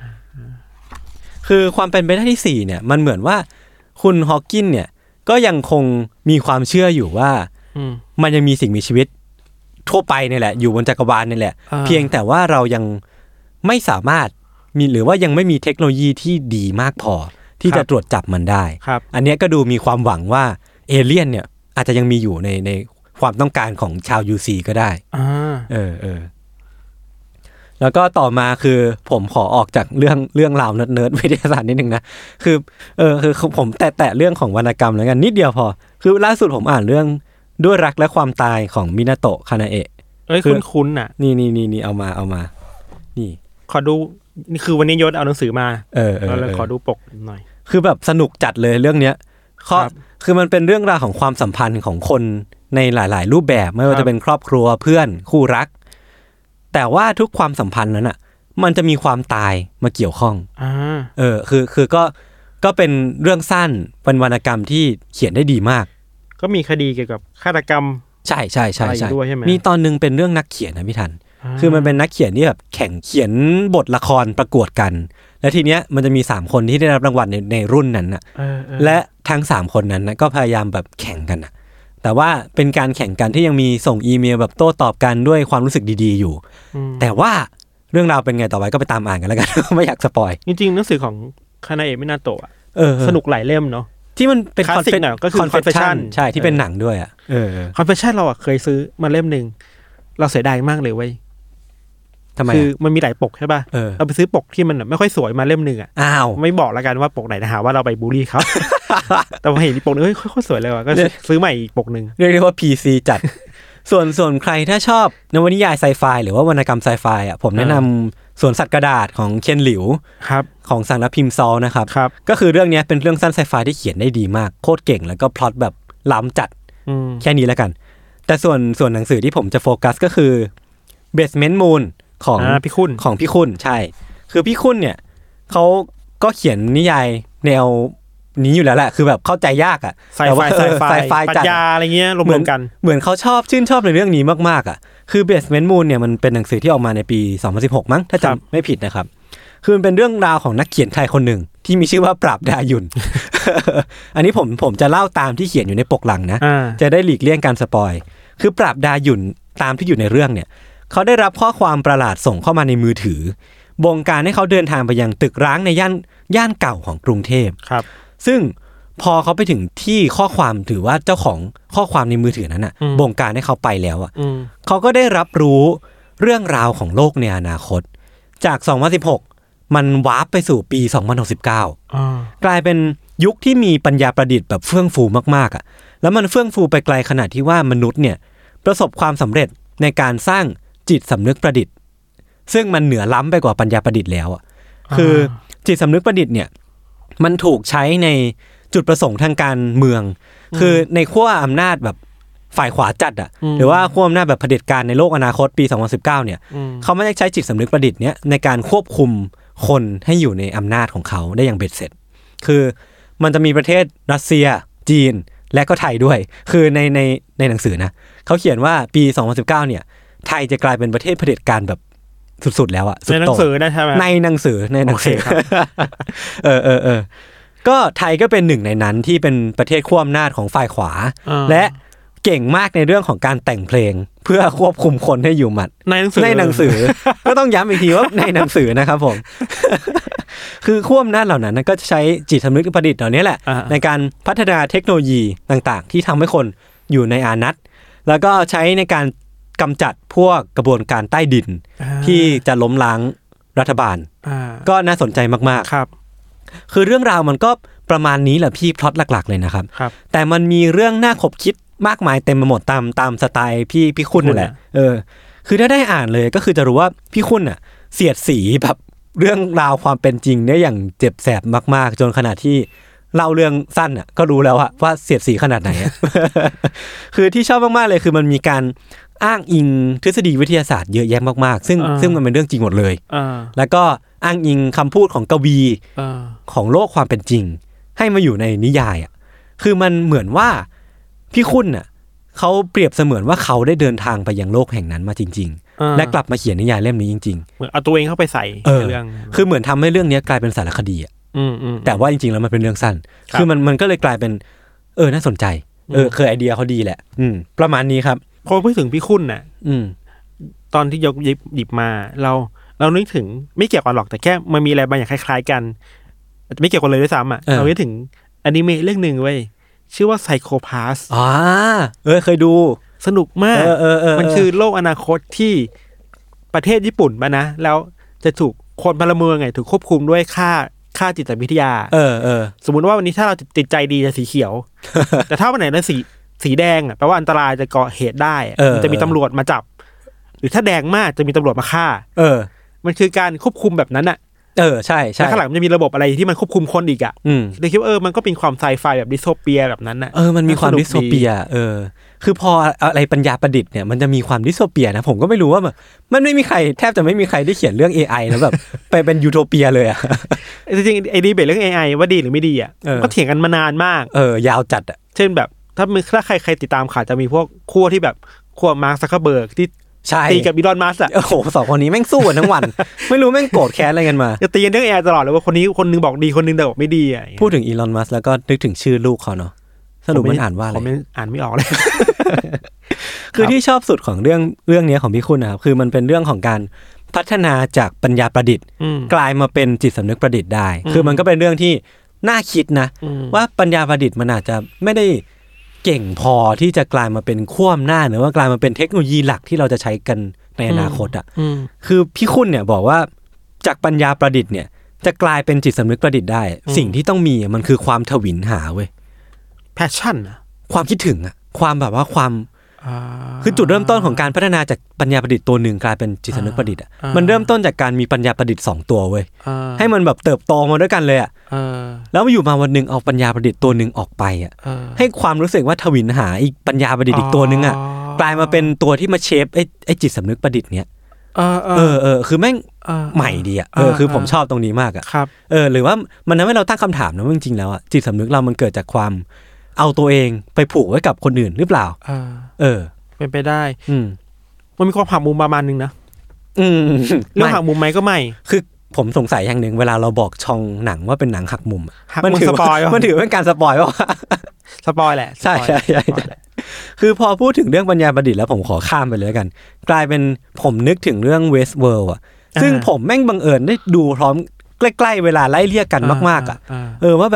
คือความเป็นไปได้ที่4เนี่ยมันเหมือนว่าคุณฮอว์กินเนี่ยก็ยังคงมีความเชื่ออยู่ว่ามันยังมีสิ่งมีชีวิตทั่วไปนี่แหละอยู่บนจักรวาลนี่แหละเพียงแต่ว่าเรายังไม่สามารถมีหรือว่ายังไม่มีเทคโนโลยีที่ดีมากพอที่จะตรวจจับมันได้อันนี้ก็ดูมีความหวังว่าเอเลี่ยนเนี่ยอาจจะยังมีอยู่ในความต้องการของชาว UC ก็ได้แล้วก็ต่อมาคือผมขอออกจากเรื่องราวเนิร์ดวิทยาศาสตร์นิดนึงนะคือผมแตะเรื่องของวรรณกรรมแล้วกันนิดเดียวพอคือล่าสุดผมอ่านเรื่องด้วยรักและความตายของมินาโตะคานาเอะคุ้นๆน่ะนี่เอามานี่ขอดูนี่คือวันนี้ยศเอาหนังสือมาเราขอดูปกหน่อยคือแบบสนุกจัดเลยเรื่องเนี้ยคือมันเป็นเรื่องราวของความสัมพันธ์ของคนในหลายๆรูปแบบไม่ว่าจะเป็นครอบครัวเพื่อนคู่รักแต่ว่าทุกความสัมพันธ์นั้นอ่ะมันจะมีความตายมาเกี่ยวข้องคือก็เป็นเรื่องสั้นเป็นวรรณกรรมที่เขียนได้ดีมากก็มีคดีเกี่ยวกับฆาตกรรมใช่มีตอนนึงเป็นเรื่องนักเขียนนะพี่ทันคือมันเป็นนักเขียนที่แบบแข่งเขียนบทละครประกวดกันแล้วทีเนี้ยมันจะมี3คนที่ได้รับรางวัลในรุ่นนั้นน่ะและทั้ง3คนนั้นนะก็พยายามแบบแข่งกันน่ะแต่ว่าเป็นการแข่งกันที่ยังมีส่งอีเมลแบบโต้ตอบกันด้วยความรู้สึกดีๆอยู่แต่ว่าเรื่องราวเป็นไงต่อไปก็ไปตามอ่านกันแล้วกัน ไม่อยากสปอยจริงๆหนังสือของคานาเอะมินาโตะสนุกหลายเล่มเนาะที่มันเป็นคลาสสิกหน่อยก็คือ Confession ใช่ที่เป็นหนังด้วยอ่ะ Confession เราเคยซื้อมาเล่มนึงเราเสียดายมากเลยเว้ยคือมันมีหลายปกใช่ป่ะเราไปซื้อปกที่มันไม่ค่อยสวยมาเล่มนึงอ่ะไม่บอกแล้วกันว่าปกไหนนะหาว่าเราไปบูลลี่เขา แต่พอเห็นปกนึงเฮ้ยค่อยๆสวยเลยว่ะก็ซื้อใหม่อีกปกนึงเรียกได้ว่า PC จัด ส่วนใครถ้าชอบนวนิยายไซไฟหรือว่าวรรณกรรมไซไฟอ่ะผมแนะนำสวนสัตว์กระดาษของเคนหลิวของสำนักพิมพ์ซอลนะครับก็คือเรื่องนี้เป็นเรื่องสั้นไซไฟที่เขียนได้ดีมากโคตรเก่งแล้วก็พล็อตแบบล้ำจัดแค่นี้แล้วกันแต่ส่วนหนังสือที่ผมจะโฟกัสก็คือ Basement Moonของพี่คุณใช่คือพี่คุณเนี่ยเขาก็เขียนนิยายแนวนี้อยู่แล้วแหละคือแบบเข้าใจยากอ่ะไซไฟปรัชญาอะไรเงี้ยรวมกันเหมือนเขาชื่นชอบในเรื่องนี้มากๆอ่ะคือ Basement Moon เนี่ยมันเป็นหนังสือที่ออกมาในปี2016มั้งถ้าจำไม่ผิดนะครับคือมันเป็นเรื่องราวของนักเขียนไทยคนหนึ่งที่มีชื่อว่าปราบดาหยุ่น อันนี้ผมจะเล่าตามที่เขียนอยู่ในปกหลังนะจะได้หลีกเลี่ยงการสปอยคือปราบดาหยุ่นตามที่อยู่ในเรื่องเนี่ยเขาได้รับข้อความประหลาดส่งเข้ามาในมือถือบงการให้เขาเดินทางไปยังตึกร้างในย่านเก่าของกรุงเทพครับซึ่งพอเขาไปถึงที่ข้อความถือว่าเจ้าของข้อความในมือถือนั้นน่ะบงการให้เขาไปแล้วอ่ะเขาก็ได้รับรู้เรื่องราวของโลกในอนาคตจาก2016มันวาร์ปไปสู่ปี2069กลายเป็นยุคที่มีปัญญาประดิษฐ์แบบเฟื่องฟูมากๆอ่ะแล้วมันเฟื่องฟูไปไกลขนาดที่ว่ามนุษย์เนี่ยประสบความสำเร็จในการสร้างจิตสำนึกประดิษฐ์ซึ่งมันเหนือล้ำไปกว่าปัญญาประดิษฐ์แล้วอ่ะคือจิตสำนึกประดิษฐ์เนี่ยมันถูกใช้ในจุดประสงค์ทางการเมืองคือในขั้วอำนาจแบบฝ่ายขวาจัดอ่ะหรือว่าขั้วอำนาจแบบเผด็จการในโลกอนาคตปี2019เนี่ยเขาไม่ได้ใช้จิตสำนึกประดิษฐ์เนี้ยในการควบคุมคนให้อยู่ในอำนาจของเขาได้อย่างเบ็ดเสร็จคือมันจะมีประเทศรัสเซียจีนและก็ไทยด้วยคือในหนังสือนะเขาเขียนว่าปี2019เนี่ยไทยจะกลายเป็นประเทศเผด็จการแบบสุดๆแล้วอ่ะในหนังสือนะใช่ไหมในหนังสือก็ไทยก็เป็นหนึ่งในนั้นที่เป็นประเทศขั้วอำนาจของฝ่ายขวาและเก่งมากในเรื่องของการแต่งเพลงเพื่อควบคุมคนให้อยู่หมัดในหนังสือก็ต้องย้ำอีกทีว่าในหนังสือนะครับผม คือขั้วอำนาจเหล่านั้นก็จะใช้จิตสำนึกประดิษฐ์เหล่านี้แหละในการพัฒนาเทคโนโลยีต่างๆที่ทำให้คนอยู่ในอานัตแล้วก็ใช้ในการกำจัดพวกกระบวนการใต้ดินที่จะล้มล้างรัฐบาลก็น่าสนใจมากๆครับคือเรื่องราวมันก็ประมาณนี้แหละพี่พล็อตหลักๆเลยนะครับแต่มันมีเรื่องน่าขบคิดมากมายเต็มไปหมดตามสไตล์พี่คุณนั่นแหละคือถ้าได้อ่านเลยก็คือจะรู้ว่าพี่คุณน่ะเสียดสีแบบเรื่องราวความเป็นจริงเนี่ยอย่างเจ็บแสบมากๆจนขนาดที่เล่าเรื่องสั้นอ่ะก็รู้แล้วอะว่าเสียดสีขนาดไหน คือที่ชอบมากๆเลยคือมันมีการอ้างอิงทฤษฎีวิทยาศาสตร์เยอะแยะมากๆซึ่งมันเป็นเรื่องจริงหมดเลยแล้วก็อ้างอิงคำพูดของกวีของโลกความเป็นจริงให้มาอยู่ในนิยายอ่ะคือมันเหมือนว่าพี่คุณน่ะเขาเปรียบเสมือนว่าเขาได้เดินทางไปยังโลกแห่งนั้นมาจริงๆและกลับมาเขียนนิยายเล่มนี้จริงๆเหมือนเอาตัวเองเข้าไปใส่เรื่องคือเหมือนทำให้เรื่องนี้กลายเป็นสารคดีอ่ะแต่ว่าจริงๆแล้วมันเป็นเรื่องสั้นคือมันก็เลยกลายเป็นน่าสนใจคือไอเดียเขาดีแหละประมาณนี้ครับพอพูดถึงพี่คุณน่ะตอนที่ยกหยิบมาเรานึกถึงไม่เกี่ยวกันหรอกแต่แค่มันมีอะไรบางอย่างคล้ายๆกันไม่เกี่ยวกันเลยด้วยซ้ำอ่ะเรานึกถึงอนิเมะเรื่องนึงเว้ยชื่อว่า Psycho-Pass เคยดูสนุกมากมันคือโลกอนาคตที่ประเทศญี่ปุ่นป่ะนะแล้วจะถูกคนพลเมืองไงถูกควบคุมด้วยค่าจิตวิทยาสมมุติว่าวันนี้ถ้าเราติดใจดีจะสีเขียว แต่ถ้าวันไหนนั้นสีแดงอ่ะแปลว่าอันตรายจะก่อเหตุได้มันจะมีตำรวจมาจับหรือถ้าแดงมากจะมีตำรวจมาฆ่ามันคือการควบคุมแบบนั้นอ่ะใช่แล้วข้างหลังมันจะมีระบบอะไรที่มันควบคุมคนอีกอ่ะเลยคิดว่ามันก็เป็นความไซไฟแบบดิสโทเปียแบบนั้นน่ะมันมีความดิสโทเปียคือพออะไรปัญญาประดิษฐ์เนี่ยมันจะมีความดิสโทเปียนะผมก็ไม่รู้ว่ามันไม่มีใครแทบจะไม่มีใครได้เขียนเรื่อง AI แล้วแบบไปเป็นยูโทเปียเลยอ่ะจริงๆไอ้ดีเบตเรื่อง AI ว่าดีหรือไม่ดีอ่ะก็เถียงกันมานานมากยาวจัดอ่ะเช่นแบบถ้าใครติดตามข่าวจะมีพวกขั้วที่แบบขั้วมาร์ค ซักเคอร์เบิร์กที่ตีกับอีลอน มัสก์อ่ะโอ้โหสองคนนี้แม่งสู้กันทั้งวัน ไม่รู้แม่งโกรธแค้นอะไรกันมาจะตีกันเรื่อง AI ตลอดเลยว่าคนนึงบอกดีคนนึงบอกไม่ดีอ่ะพูดถึงอีลอน มัสก์แล้วก็นึกถึงชื่อลูกเขาเนาะสรุปมันอ่านว่าอะไรผมอ่านไม่ออกเลยคือที่ชอบสุดของเรื่องนี้ของพี่คุณนะครับคือมันเป็นเรื่องของการพัฒนาจากปัญญาประดิษฐ์กลายมาเป็นจิตสำนึกประดิษฐ์ได้คือมันก็เป็นเรื่องที่น่าคิดนะว่าปัญญาประดิษฐ์มันอาจจะไม่ได้เก่งพอที่จะกลายมาเป็นขั้วอำนาจหรือว่ากลายมาเป็นเทคโนโลยีหลักที่เราจะใช้กันในอนาคตอ่ะคือพี่คุณเนี่ยบอกว่าจากปัญญาประดิษฐ์เนี่ยจะกลายเป็นจิตสำนึกประดิษฐ์ได้สิ่งที่ต้องมีมันคือความทวินหาเว้ยแพชชั่นความคิดถึงอ่ะความแบบว่าความคือจุดเริ่มต้นของการพัฒนาจากปัญญาประดิษฐ์ตัวหนึ่งกลายเป็นจิตสำนึกประดิษฐ์อ่ะมันเริ่มต้นจากการมีปัญญาประดิษฐ์2ตัวเว้ยให้มันแบบเติบโตมาด้วยกันเลยอ่ะแล้วอยู่มาวันนึงเอาปัญญาประดิษฐ์ตัวนึงออกไปอ่ะให้ความรู้สึกว่าทวินหาอีกปัญญาประดิษฐ์อีกตัวนึงอ่ะกลายมาเป็นตัวที่มาเชฟไอ้จิตสำนึกประดิษฐ์เนี้ยคือแม่งใหม่ดีอ่ะคือผมชอบตรงนี้มากอ่ะหรือว่ามันทำให้เราตั้งคำถามนะว่าจริงๆแล้วอ่ะจิตสำนึกเรามันเกิดจากความเอาตัวเองไปผูกไว้กับคนอื่นหรือเปล่าเป็นไปได้มันมีความหักมุมประมาณนึงนะเรื่องหักมุมไหมก็ไม่คือผมสงสัยอย่างนึงเวลาเราบอกช่องหนังว่าเป็นหนังหักมุมมันถือสปอยมันถือเป็นการสปอยว่าสปอยแหละใช่คือพอพูดถึงเรื่องปัญญาประดิษฐ์แล้วผมขอข้ามไปเลยกันกลายเป็นผมนึกถึงเรื่อง Westworld อ่ะซึ่งผมแม่งบังเอิญได้ดูพร้อมใกล้ๆเวลาไล่เรียกกันมากๆอ่ะว่าแบบ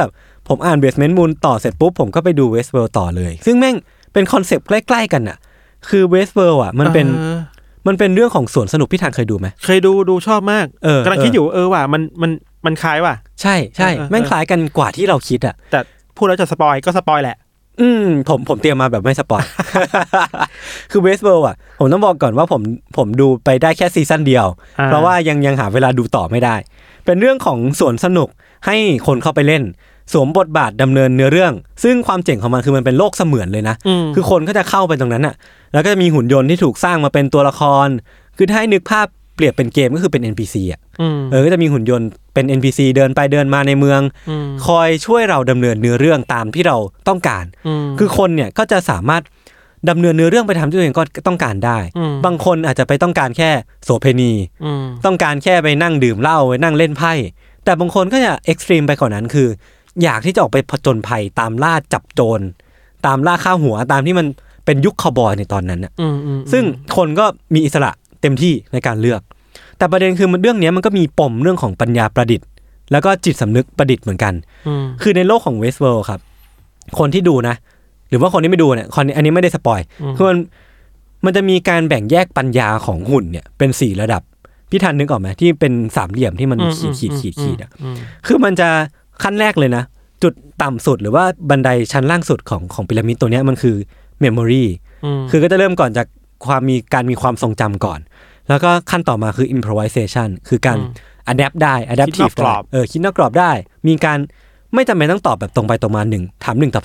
ผมอ่าน Basement Moon ต่อเสร็จปุ๊บผมก็ไปดู Westworld ต่อเลยซึ่งแม่งเป็นคอนเซปต์ใกล้ๆกันน่ะคือ Westworld อ่ะมันเป็นเรื่องของสวนสนุกพี่ธันเคยดูไหมเคยดูชอบมากกำลังคิดอยู่ว่ะมันคล้ายว่ะใช่แม่งคล้ายกันกว่าที่เราคิดอ่ะแต่พูดแล้วจะสปอยก็สปอยแหละผมเตรียมมาแบบไม่สปอย คือ Westworld อ่ะผมต้องบอกก่อนว่าผมดูไปได้แค่ซีซั่นเดียวเพราะว่ายังหาเวลาดูต่อไม่ได้เป็นเรื่องของสวนสนุกให้คนเข้าไปเล่นสวมบทบาทดำเนินเนื้อเรื่องซึ่งความเจ๋งของมันคือมันเป็นโลกเสมือนเลยนะคือคนก็จะเข้าไปตรงนั้นอ่ะแล้วก็จะมีหุ่นยนต์ที่ถูกสร้างมาเป็นตัวละครคือถ้าให้นึกภาพเปรียบเป็นเกมก็คือเป็น NPC อ่ะก็จะมีหุ่นยนต์เป็น NPC เดินไปเดินมาในเมืองคอยช่วยเราดำเนินเนื้อเรื่องตามที่เราต้องการคือคนเนี่ยก็จะสามารถดำเนินเนื้อเรื่องไปทำที่ตัวเองก็ต้องการได้บางคนอาจจะไปต้องการแค่โสเภณีต้องการแค่ไปนั่งดื่มเหล้าไปนั่งเล่นไพ่แต่บางคนก็จะเอ็กซ์ตรีมไปกว่านั้นคืออยากที่จะออกไปผจญภัยตามล่าจับโจรตามล่าฆ่าหัวตามที่มันเป็นยุคคาวบอยในตอนนั้นน่ะซึ่งคนก็มีอิสระเต็มที่ในการเลือกแต่ประเด็นคือเรื่องนี้มันก็มีปมเรื่องของปัญญาประดิษฐ์แล้วก็จิตสำนึกประดิษฐ์เหมือนกันคือในโลกของ Westworld ครับคนที่ดูนะหรือว่าคนที่ไม่ดูเนี่ยอันนี้ไม่ได้สปอยคือมันจะมีการแบ่งแยกปัญญาของหุ่นเนี่ยเป็น4ระดับพี่ทันนึกออกไหมที่เป็นสามเหลี่ยมที่มันขีดอ่ะคือมันจะขั้นแรกเลยนะจุดต่ำสุดหรือว่าบันไดชั้นล่างสุดของพีระมิดตัวเนี้ยมันคือ memory คือก็จะเริ่มก่อนจากการมีความทรงจำก่อนแล้วก็ขั้นต่อมาคือ improvisation คือการ adapt ได้ adaptive ได้คิดนอกกรอบได้มีการไม่จำเป็นต้องตอบแบบตรงไปตรงมา1ถาม1ตอบ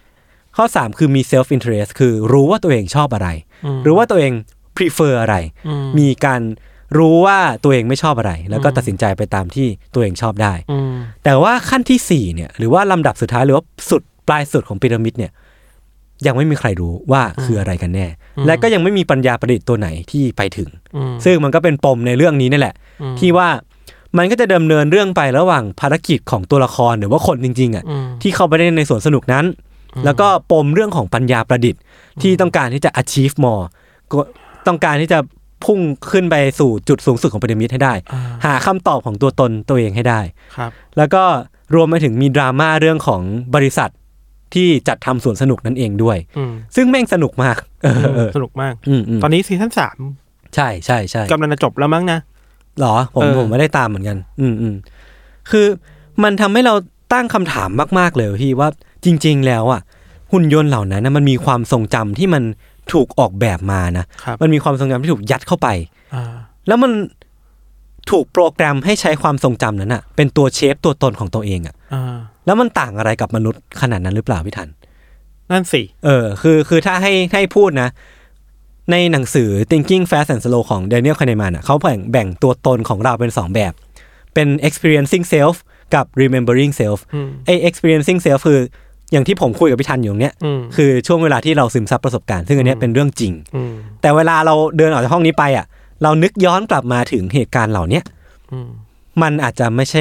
2ข้อ3คือมี self interest คือรู้ว่าตัวเองชอบอะไรหรือว่าตัวเอง prefer อะไรมีการรู้ว่าตัวเองไม่ชอบอะไรแล้วก็ตัดสินใจไปตามที่ตัวเองชอบได้แต่ว่าขั้นที่4เนี่ยหรือว่าลำดับสุดท้ายหรือว่าสุดปลายสุดของพีระมิดเนี่ยยังไม่มีใครรู้ว่าคืออะไรกันแน่และก็ยังไม่มีปัญญาประดิษฐ์ตัวไหนที่ไปถึงซึ่งมันก็เป็นปมในเรื่องนี้นี่แหละที่ว่ามันก็จะดำเนินเรื่องไประหว่างภารกิจของตัวละครหรือว่าคนจริงๆอ่ะที่เข้าไปเล่นในสวนสนุกนั้นแล้วก็ปมเรื่องของปัญญาประดิษฐ์ที่ต้องการที่จะ achieve more ต้องการที่จะพุ่งขึ้นไปสู่จุดสูงสุดของพีระมิดให้ได้หาคำตอบของตัวตนตัวเองให้ได้แล้วก็รวมไปถึงมีดราม่าเรื่องของบริษัทที่จัดทำสวนสนุกนั่นเองด้วยซึ่งแม่งสนุกมากสนุกมากตอนนี้ซีซั่น3 ใช่กำลังจะจบแล้วมั้งนะหรอผมไม่ได้ตามเหมือนกันคือมันทำให้เราตั้งคำถามมากๆเลยพี่ว่าจริงๆแล้วอ่ะหุ่นยนต์เหล่านั้นมันมีความทรงจำที่มันถูกออกแบบมานะมันมีความทรงจำที่ถูกยัดเข้าไปแล้วมันถูกโปรแกรมให้ใช้ความทรงจำนั้นอ่ะเป็นตัวเชฟตัวตนของตัวเองอ่ะแล้วมันต่างอะไรกับมนุษย์ขนาดนั้นหรือเปล่าพี่ทันนั่นสิคือถ้าให้พูดนะในหนังสือ Thinking Fast and Slow ของ Daniel Kahneman อ่ะเขาแบ่งตัวตนของเราเป็น2แบบเป็น experiencing self กับ remembering self ไอ้ experiencing self คืออย่างที่ผมคุยกับพี่ทันอยู่เนี้ยคือช่วงเวลาที่เราซึมซับประสบการณ์ซึ่งอันนี้เป็นเรื่องจริงแต่เวลาเราเดินออกจากห้องนี้ไปอ่ะเรานึกย้อนกลับมาถึงเหตุการณ์เหล่านี้มันอาจจะไม่ใช่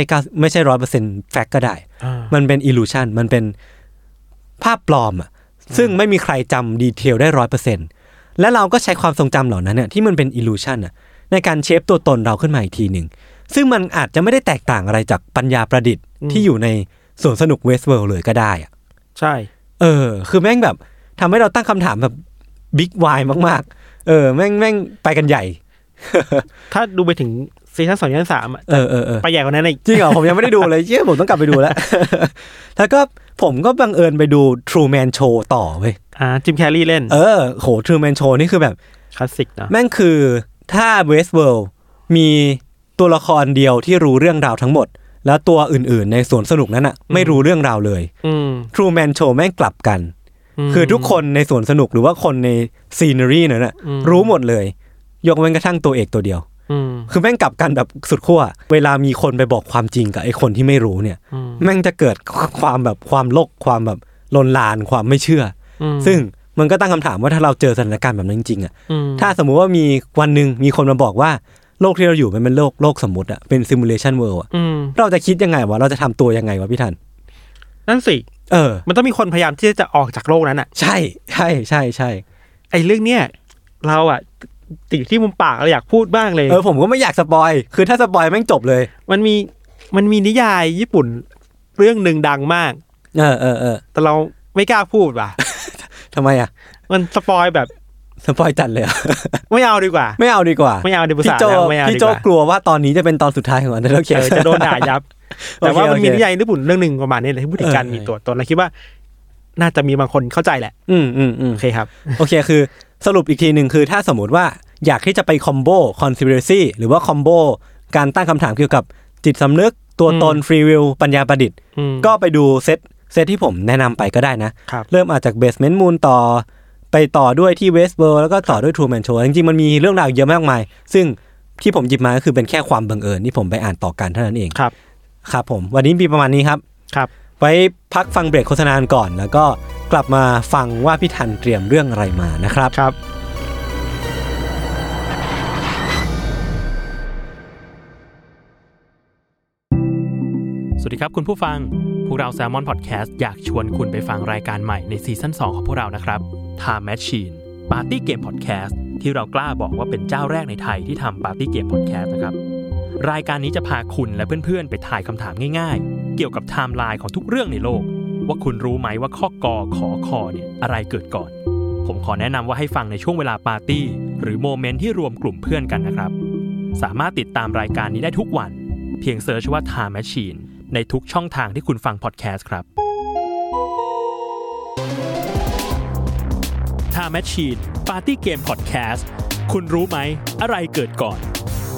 100% fact ก็ได้มันเป็น illusion มันเป็นภาพปลอมอ่ะซึ่งไม่มีใครจำดีเทลได้ 100% และเราก็ใช้ความทรงจำเหล่านั้นเนี่ยที่มันเป็น illusion อ่ะในการเชฟตัวตนเราขึ้นมาอีกทีนึงซึ่งมันอาจจะไม่ได้แตกต่างอะไรจากปัญญาประดิษฐ์ที่อยู่ในสวนสนุก Westworld เลยก็ได้อ่ะใช่คือแม่งแบบทำให้เราตั้งคำถามแบบบิ๊กวายมากๆแม่งไปกันใหญ่ถ้าดูไปถึงซีซั่น2ซีซั่น3อ่ะไปใหญ่กว่านั้นอีกจริงเหรอผมยังไม่ได้ดูเลยเชื่อผมต้องกลับไปดูแล้ว แล้วก็ผมก็บังเอิญไปดู Truman Show ต่อเว้ยจิมแคร์รีเล่นโห Truman Show นี่คือแบบคลาสสิกนะแม่งคือถ้า Westworld มีตัวละครเดียวที่รู้เรื่องราวทั้งหมดแล้วตัวอื่นๆในสวนสนุกนั้นอ่ะไม่รู้เรื่องราวเลยTruman Show แม่งกลับกันคือทุกคนในสวนสนุกหรือว่าคนในซีนารีนั้นน่ะรู้หมดเลยยกเว้นกระทั่งตัวเอกตัวเดียวคือแม่งกลับกันแบบสุดขั้วเวลามีคนไปบอกความจริงกับไอ้คนที่ไม่รู้เนี่ยแม่งจะเกิดความโลกความแบบลนลานความไม่เชื่อซึ่งมันก็ตั้งคำถามว่าถ้าเราเจอสถานการณ์แบบนั้นจริงๆอ่ะถ้าสมมุติว่ามีวันนึงมีคนมาบอกว่าโลกที่เราอยู่มันเป็นโลกสมมุติอ่ะเป็นซิมูเลชันเวิลด์อ่ะเราจะคิดยังไงวะเราจะทำตัวยังไงวะพี่ทันนั่นสิมันต้องมีคนพยายามที่จะออกจากโลกนั้นอ่ะใช่ไอ้เรื่องเนี้ยเราอ่ะติดที่มุมปากเราอยากพูดบ้างเลยผมก็ไม่อยากสปอยคือถ้าสปอยแม่งจบเลยมันมีนิยายญี่ปุ่นเรื่องนึงดังมากแต่เราไม่กล้าพูดว่ะทำไมอ่ะมันสปอยแบบสปอยจัดเลยไม่เอาดีกว่าไม่เอาดีกว่าพี่โจกลัวว่าตอนนี้จะเป็นตอนสุดท้ายของอันเดอร์เคสจะโดนด่ายับแต่ว่ามันมีนิยายญี่ปุ่นเรื่องนึงประมาณนี้เลยที่พูดถึงการมีตัวตนแล้วคิดว่าน่าจะมีบางคนเข้าใจแหละโอเคครับโอเคคือสรุปอีกทีนึงคือถ้าสมมติว่าอยากที่จะไปคอมโบคอนซิเ racy หรือว่าคอมโบการตั้งคำถามเกี่ยวกับจิตสำนึกตัวตนฟรีวิลปัญญาประดิษฐ์ก็ไปดูเซตที่ผมแนะนำไปก็ได้นะเริ่มจากเบสเมนต์มูนต่อไปต่อด้วยที่เวสเวิลด์แล้วก็ต่อด้วยทรูแมนโชว์จริงๆมันมีเรื่องราวเยอะมากมายซึ่งที่ผมหยิบมาก็คือเป็นแค่ความบังเอิญที่ผมไปอ่านต่อกันเท่านั้นเองครับผมวันนี้มีประมาณนี้ครับไว้พักฟังเบรกโฆษณาก่อนแล้วก็กลับมาฟังว่าพี่ทันเตรียมเรื่องอะไรมานะครับสวัสดีครับคุณผู้ฟังพวกเรา Salmon Podcast อยากชวนคุณไปฟังรายการใหม่ในซีซั่น2ของพวกเรานะครับ Time Machine Party Game Podcast ที่เรากล้าบอกว่าเป็นเจ้าแรกในไทยที่ทำ Party Game Podcast นะครับรายการนี้จะพาคุณและเพื่อนๆไปทายคำถามง่ายๆเกี่ยวกับไทม์ไลน์ของทุกเรื่องในโลกว่าคุณรู้ไหมว่าข้อกอขอคอเนี่ยอะไรเกิดก่อนผมขอแนะนำว่าให้ฟังในช่วงเวลาปาร์ตี้หรือโมเมนต์ที่รวมกลุ่มเพื่อนกันนะครับสามารถติดตามรายการนี้ได้ทุกวันเพียงเซิร์ชว่า Time Machineในทุกช่องทางที่คุณฟังพอดแคสต์ครับ Time Machine Party Game Podcast คุณรู้ไหมอะไรเกิดก่อน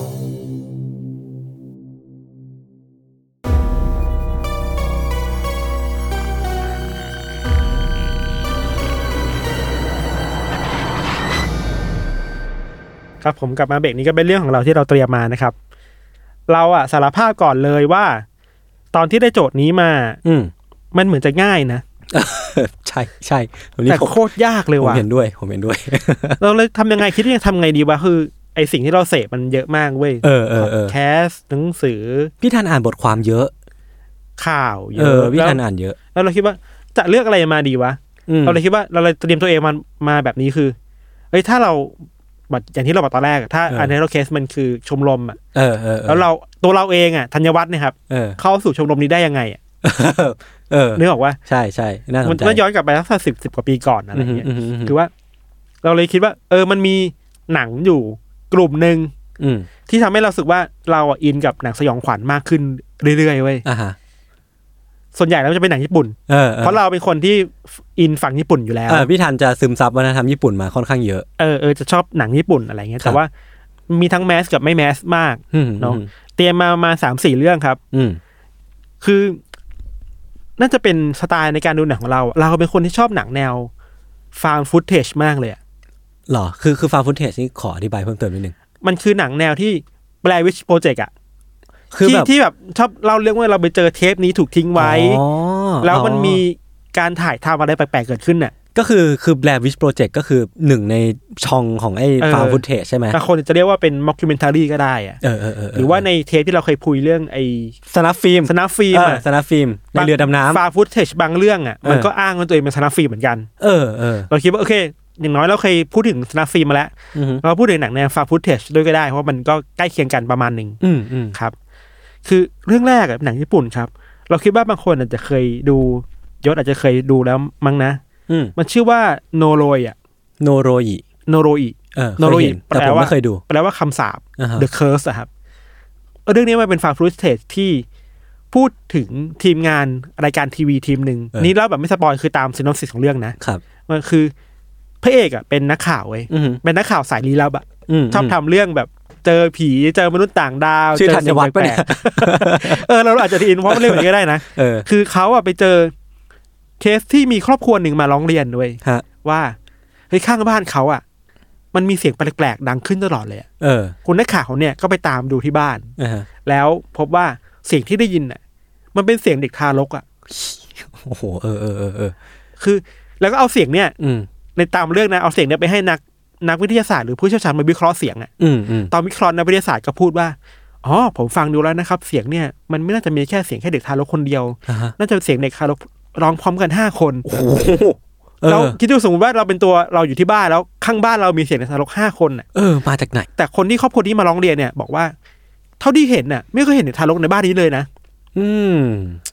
ครับผมกลับมาเบรกนี้ก็เป็นเรื่องของเราที่เราเตรียมมานะครับเราสารภาพก่อนเลยว่าตอนที่ได้โจทย์นี้มามันเหมือนจะง่ายนะใช่แต่โคตรยากเลยว่ะผมเห็นด้วยเราเลยทำยังไงคิดว่าจะทำไงดีวะคือไอสิ่งที่เราเสพมันเยอะมากเว้ยแคสหนังสือพี่ทันอ่านบทความเยอะข่าวเยอะพี่ทันอ่านเยอะแล้วเราคิดว่าจะเลือกอะไรมาดีวะเราเลยคิดว่าเราเลยเตรียมตัวเองมาแบบนี้คือเอ้ยถ้าเราอย่างที่เราบอกตอนแรกถ้าอันนี้เราเคสมันคือชมรมแล้วตัวเราเองธัญวัฒน์เนี่ยครับเข้าสู่ชมรมนี้ได้ยังไงนึกออกว่าใช่น่าสนใจมันย้อนกลับไปสัก10 กว่าปีก่อนอะไรเงี้ยคือว่าเราเลยคิดว่ามันมีหนังอยู่กลุ่มนึงที่ทำให้เราสึกว่าเราอินกับหนังสยองขวัญมากขึ้นเรื่อยๆเว้ยส่วนใหญ่แล้วจะเป็นหนังญี่ปุ่นเพราะเราเป็นคนที่อินฝั่งญี่ปุ่นอยู่แล้วพี่ทันจะซึมซับวัฒนธรรมญี่ปุ่นมาค่อนข้างเยอะจะชอบหนังญี่ปุ่นอะไรเงี้ยแต่ว่ามีทั้งแมสกับไม่แมสมากเนาะเตรียมมา 3-4 เรื่องครับคือน่าจะเป็นสไตล์ในการดูหนังของเราเป็นคนที่ชอบหนังแนวฟาร์มฟุตเทจมากเลยหรอคือฟาร์มฟุตเทจนี่ขออธิบายเพิ่มเติมนิดนึงมันคือหนังแนวที่แบล็กวิชโปรเจกต์คือที่แบบชอบเล่าเรื่องว่าเราไปเจอเทปนี้ถูกทิ้งไว้แล้วมันมีการถ่ายทำอะไรแปลกๆเกิดขึ้นน่ะก็คือ Blair Witch Project ก็คือหนึ่งในช่องของไอ้ Found Footage ใช่ไหมบางคนจะเรียกว่าเป็น Mockumentary ก็ได้หรือว่าในเทปที่เราเคยคุยเรื่องไอ้ Snuff Film ในเรือดำน้ำ Found Footage บางเรื่องมันก็อ้างว่าตัวเองเป็น Snuff Film เหมือนกันเราคิดว่าโอเคอย่างน้อยเราเคยพูดถึง Snuff Film มาแล้วเราพูดถึงหนังใน Found Footage ด้วยก็ได้เพราะมันก็ใกล้เคียงกันประมาณนึงครับคือเรื่องแรกหนังญี่ปุ่นครับเราคิดว่าบางคนอาจจะเคยดูยศอาจจะเคยดูแล้วมั้งนะมันชื่อว่าโนโรยโนโรอิแต่ผมไม่เคยดูแปลว่าคำสาป The Curse ครับเรื่องนี้มันเป็นฟาร์มฟุตเทจที่พูดถึงทีมงานรายการทีวีทีมหนึ่งนี่เล่าแบบไม่สปอยคือตามซินอปซิสของเรื่องนะครับมันคือพระเอกเป็นนักข่าวเว้ยเป็นนักข่าวสายลี้ลับชอบทำเรื่องแบบเจอผีเจอมนุษย์ต่างดาวชื่อธัญวัฒน์ป่ะเนี่ยเราอาจจะอินเพราะมันเรื่องนี้ก็ได้นะคือเขาไปเจอเคสที่มีครอบครัวหนึ่งมาร้องเรียนด้วยว่าเฮ้ยข้างบ้านเขามันมีเสียงแปลกๆดังขึ้นตลอดเลยคุณนักข่าวเนี่ยก็ไปตามดูที่บ้านแล้วพบว่าเสียงที่ได้ยินมันเป็นเสียงเด็กทารกโอ้โหคือแล้วก็เอาเสียงเนี่ยในตามเรื่องนะเอาเสียงเนี่ยไปให้นักวิทยาศาสตร์หรือผู้เชี่ยวชาญมาวิเคราะห์เสียงตอนวิเคราะห์นักวิทยาศาสตร์ก็พูดว่าอ๋อผมฟังดูแล้วนะครับเสียงเนี่ยมันไม่น่าจะมีแค่เสียงแค่เด็กทารกคนเดียวน่าจะเป็นเสียงเด็กทารกร้องพร้อมกัน5 คนเราคิดดูสมมติว่าเราเป็นตัวเราอยู่ที่บ้านแล้วข้างบ้านเรามีเสียงเด็กทารก5 คนมาจากไหนแต่คนที่ครอบครัวที่มาร้องเรียนเนี่ยบอกว่าเท่าที่เห็นไม่เคยเห็นเด็กทารกในบ้านนี้เลยนะ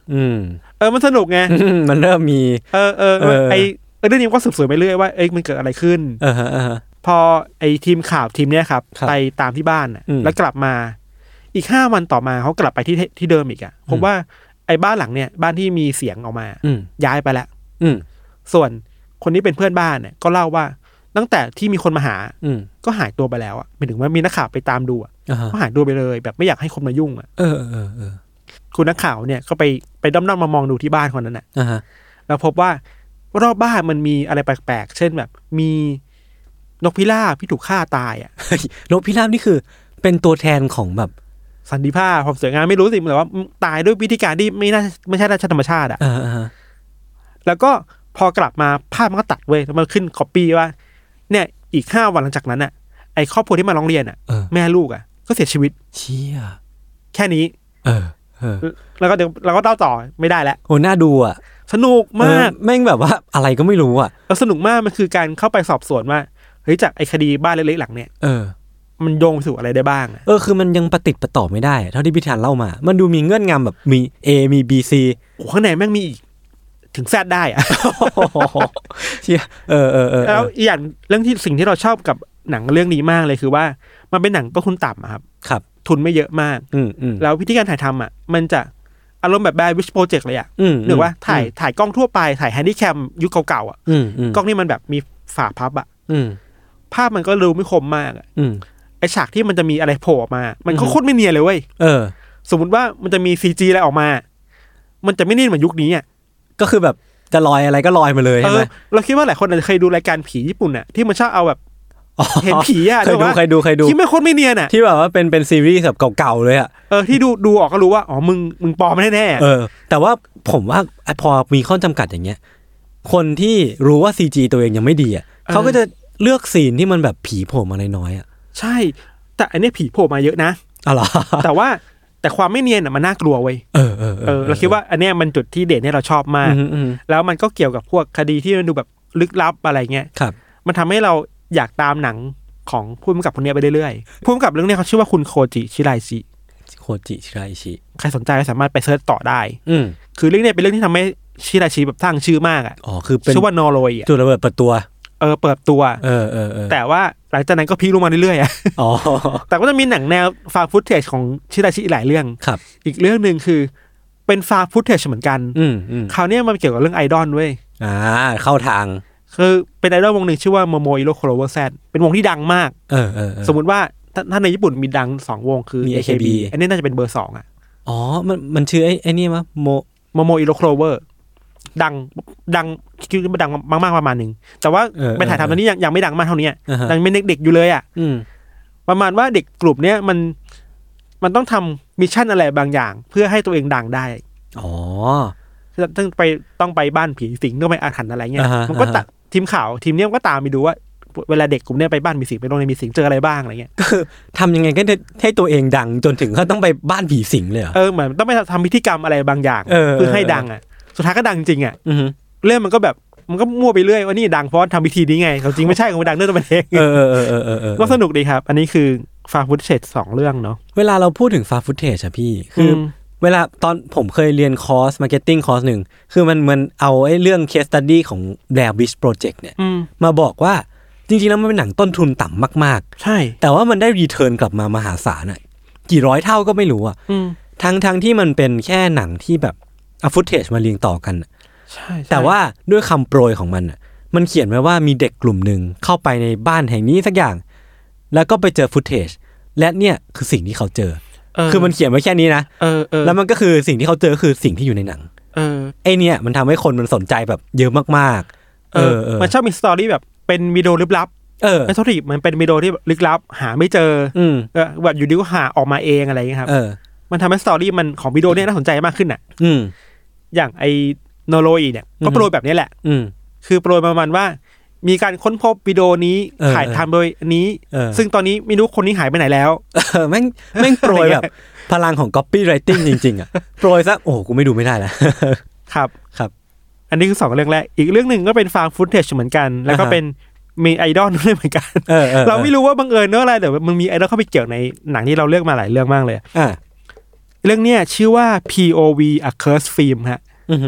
มันสนุกไงมันเริ่มมีไอเรื่องนี้ก็สืบสวนไปเรื่อยว่ามันเกิดอะไรขึ้นพอไอทีมข่าวทีมเนี้ยครับไปตามที่บ้านแล้วกลับมาอีก5 วันต่อมาเขากลับไปที่เดิมอีกพบว่าไอ้บ้านหลังเนี่ยบ้านที่มีเสียงออกมาย้ายไปแล้วส่วนคนที่เป็นเพื่อนบ้านเนี่ยก็เล่าว่าตั้งแต่ที่มีคนมาหาก็หายตัวไปแล้วหมายถึงว่ามีนักข่าวไปตามดูก็หายตัวไปเลยแบบไม่อยากให้คนมายุ่งคุณนักข่าวเนี่ยก็ไปด้อมๆมามองดูที่บ้านคนนั้นแล้วพบว่ารอบบ้านมันมีอะไรแปลกๆเช่นแบบมีนกพิราบที่ถูกฆ่าตายนกพิราบนี่คือเป็นตัวแทนของแบบสันติภาพความสวยงามไม่รู้สิแต่ว่าตายด้วยวิธีการที่ไม่ใช่ธรรมชาติแล้วก็พอกลับมาภาพมันก็ตัดเว้ยแล้วมันขึ้นคอปปี้ว่าเนี่ยอีก5 วันหลังจากนั้นไอ้ครอบครัวที่มาร้องเรียนแม่ลูกก็เสียชีวิตเชี่ยแค่นี้แล้วก็เดี๋ยวเราก็เล่าต่อไม่ได้แล้วโหน่าดูสนุกมากแม่งแบบว่าอะไรก็ไม่รู้แล้วสนุกมากมันคือการเข้าไปสอบสวนว่าเฮ้ยจากไอ้คดีบ้านเล็กๆหลังเนี่ยมันโยงไปสู่อะไรได้บ้างคือมันยังประติดประต่อไม่ได้เท่าที่พี่ธันเล่ามามันดูมีเงื่อนงำแบบมี A มี B C โอ้ข้างในแม่งมีอีกถึงแซดได้เชี่ยแล้วอีกอย่างเรื่องที่สิ่งที่เราชอบกับหนังเรื่องนี้มากเลยคือว่ามันเป็นหนังต้นทุนต่ำครับทุนไม่เยอะมากแล้ววิธีการถ่ายทำมันจะอารมณ์แบบBlair Witch Project เลยหรือว่าถ่ายกล้องทั่วไปถ่ายแฮนดี้แคมยุคเก่าๆกล้องนี่มันแบบมีฝาพับภาพมันก็ดูไม่คมมากไอฉากที่มันจะมีอะไรโผล่ออกมามันก็โคตรไม่เนียนเลยเว้ยสมมุติว่ามันจะมี CG อะไรออกมามันจะไม่เนียนเหมือนยุคนี้ก็คือแบบจะลอยอะไรก็ลอยมาเลยใช่ไหมเราคิดว่าหลายคนอาจจะเคยดูรายการผีญี่ปุ่นที่มันชอบเอาแบบเห็นผีเคยดูที่ไม่โคตรไม่เนียนที่แบบว่าเป็นซีรีส์แบบเก่าๆเลยที่ดูออกก็รู้ว่ามึงปลอมไม่แน่แต่ว่าผมว่าพอมีข้อจำกัดอย่างเงี้ยคนที่รู้ว่า CG ตัวเองยังไม่ดีเขาก็จะเลือกซีนที่มันแบบผีโผล่มาน้อยใช่แต่อันนี้ผีโผล่มาเยอะนะเหรอแต่ความไม่เนียนมันน่ากลัวเว้ยเราคิดว่าอันนี้มันจุดที่เด่นให้เราชอบมากแล้วมันก็เกี่ยวกับพวกคดีที่มันดูแบบลึกลับอะไรเงี้ยมันทำให้เราอยากตามหนังของผู้กำกับคนนี้ไปเรื่อยๆผู้กำกับเรื่องนี้เขาชื่อว่าคุณโคจิชิไรชิใครสนใจสามารถไปเสิร์ชต่อได้คือเรื่องนี้เป็นเรื่องที่ทำให้ชิไรชิแบบสร้างชื่อมากคือเป็นชื่อว่านอร์โรยจุดระเบิดเปิดตัวเปิดตัวแต่ว่าหลังจากนั้นก็พีคลงมาเรื่อยๆแต่ก็จะมีหนังแนวฟาวฟุตเทจของชิราชิหลายเรื่องอีกเรื่องนึงคือเป็นฟาวฟุตเทจเหมือนกันคราวนี้มันเกี่ยวกับเรื่องไอดอลเว้ยเข้าทางคือเป็นไอดอลวงนึงชื่อว่าโมโมอิโรโคโรเวอร์แซดเป็นวงที่ดังมากสมมุติว่าถ้าในญี่ปุ่นมีดัง2 วงคือ AKB อันนี้น่าจะเป็นเบอร์2 มันชื่อไอ้นี่มั้ยโมโมอิโรโคโรเวอร์ดังคือมันดังมากๆประมาณนึงแต่ว่าไปถ่ายทำตอนนี้ยังไม่ดังมากเท่านี้ยังเป็นเด็กๆอยู่เลยประมาณว่าเด็กกลุ่มเนี้ยมันต้องทำมิชชั่นอะไรบางอย่างเพื่อให้ตัวเองดังได้ต้องไปบ้านผีสิงต้องไปอาถรรพ์อะไรเงี้ยมันก็ตัดทีมข่าวทีมเนี้ยก็ตามไปดูว่าเวลาเด็กกลุ่มเนี้ยไปบ้านมีสิงไปโรงเรียนมีสิงเจออะไรบ้างอะไรเงี้ยก็คือทำยังไงก็ให้ตัวเองดังจนถึงเขาต้องไปบ้านผีสิงเลยเหมือนต้องไปทำพิธีกรรมอะไรบางอย่างเพื่อให้ดังสุดท้ายก็ดังจริงเรื่องมันก็แบบมันก็มั่วไปเรื่อยว่านี่ดังเพราะทำวิธีนี้ไงจริงไม่ใช่ของดังเรื่องตัวเองก็สนุกดีครับอันนี้คือฟาฟุตเทจ2 เรื่องเนาะเวลาเราพูดถึงฟาฟุตเทจพี่คือเวลาตอนผมเคยเรียนคอร์สมาร์เก็ตติ้งคอร์สนึงคือมันเอาไอ้เรื่อง case study ของ Blair Witch Project เนี่ยมาบอกว่าจริงๆแล้วมันเป็นหนังต้นทุนต่ำมากๆใช่แต่ว่ามันได้รีเทิร์นกลับมามหาศาลกี่ร้อยเท่าก็ไม่รู้ทั้งที่มันเป็นแค่หนังที่แบบเอาฟุตเทจมาเรียงต่อกันใช่แต่ว่าด้วยคำโปรยของมันเขียนไว้ว่ามีเด็กกลุ่มหนึ่งเข้าไปในบ้านแห่งนี้สักอย่างแล้วก็ไปเจอฟุตเทจและเนี่ยคือสิ่งที่เขาเจอคือมันเขียนไว้แค่นี้นะแล้วมันก็คือสิ่งที่เขาเจอคือสิ่งที่อยู่ในหนังไอเนี่ยมันทำให้คนมันสนใจแบบเยอะมากๆมันชอบมีสตอรี่แบบเป็นวิดีโอลึกลับไม่ใช่ที่มันเป็นวิดีโอที่ลึกลับหาไม่เจอแบบอยู่ดีก็หาออกมาเองอะไรอย่างเงี้ยครับมันทำให้สตอรี่มันของวิดีโอเนี่ยน่าสนใจมากขึ้นอย่างไอโนโรยเนี่ยก็โปรยแบบนี้แหละคือโปรยประมาณว่ามีการค้นพบวิดีโอนี้ถ่ายทำโดยนี้ซึ่งตอนนี้ไม่รู้คนนี้หายไปไหนแล้วแม่งโปรยแบบพลังของ copywriting จริงๆโปรยซะโอ้กูไม่ดูไม่ได้แล้วครับอันนี้คือ2 เรื่องแรกอีกเรื่องหนึ่งก็เป็นฟาร์มฟุตเทจเหมือนกันแล้วก็เป็นมีไอดอลด้วยเหมือนกันเราไม่รู้ว่าบังเอิญเนอะอะไรแต่มันมีไอดอลเข้าไปเกี่ยวในหนังที่เราเลือกมาหลายเรื่องมากเลยเรื่องเนี้ยชื่อว่า POV A Cursed Film ฮะ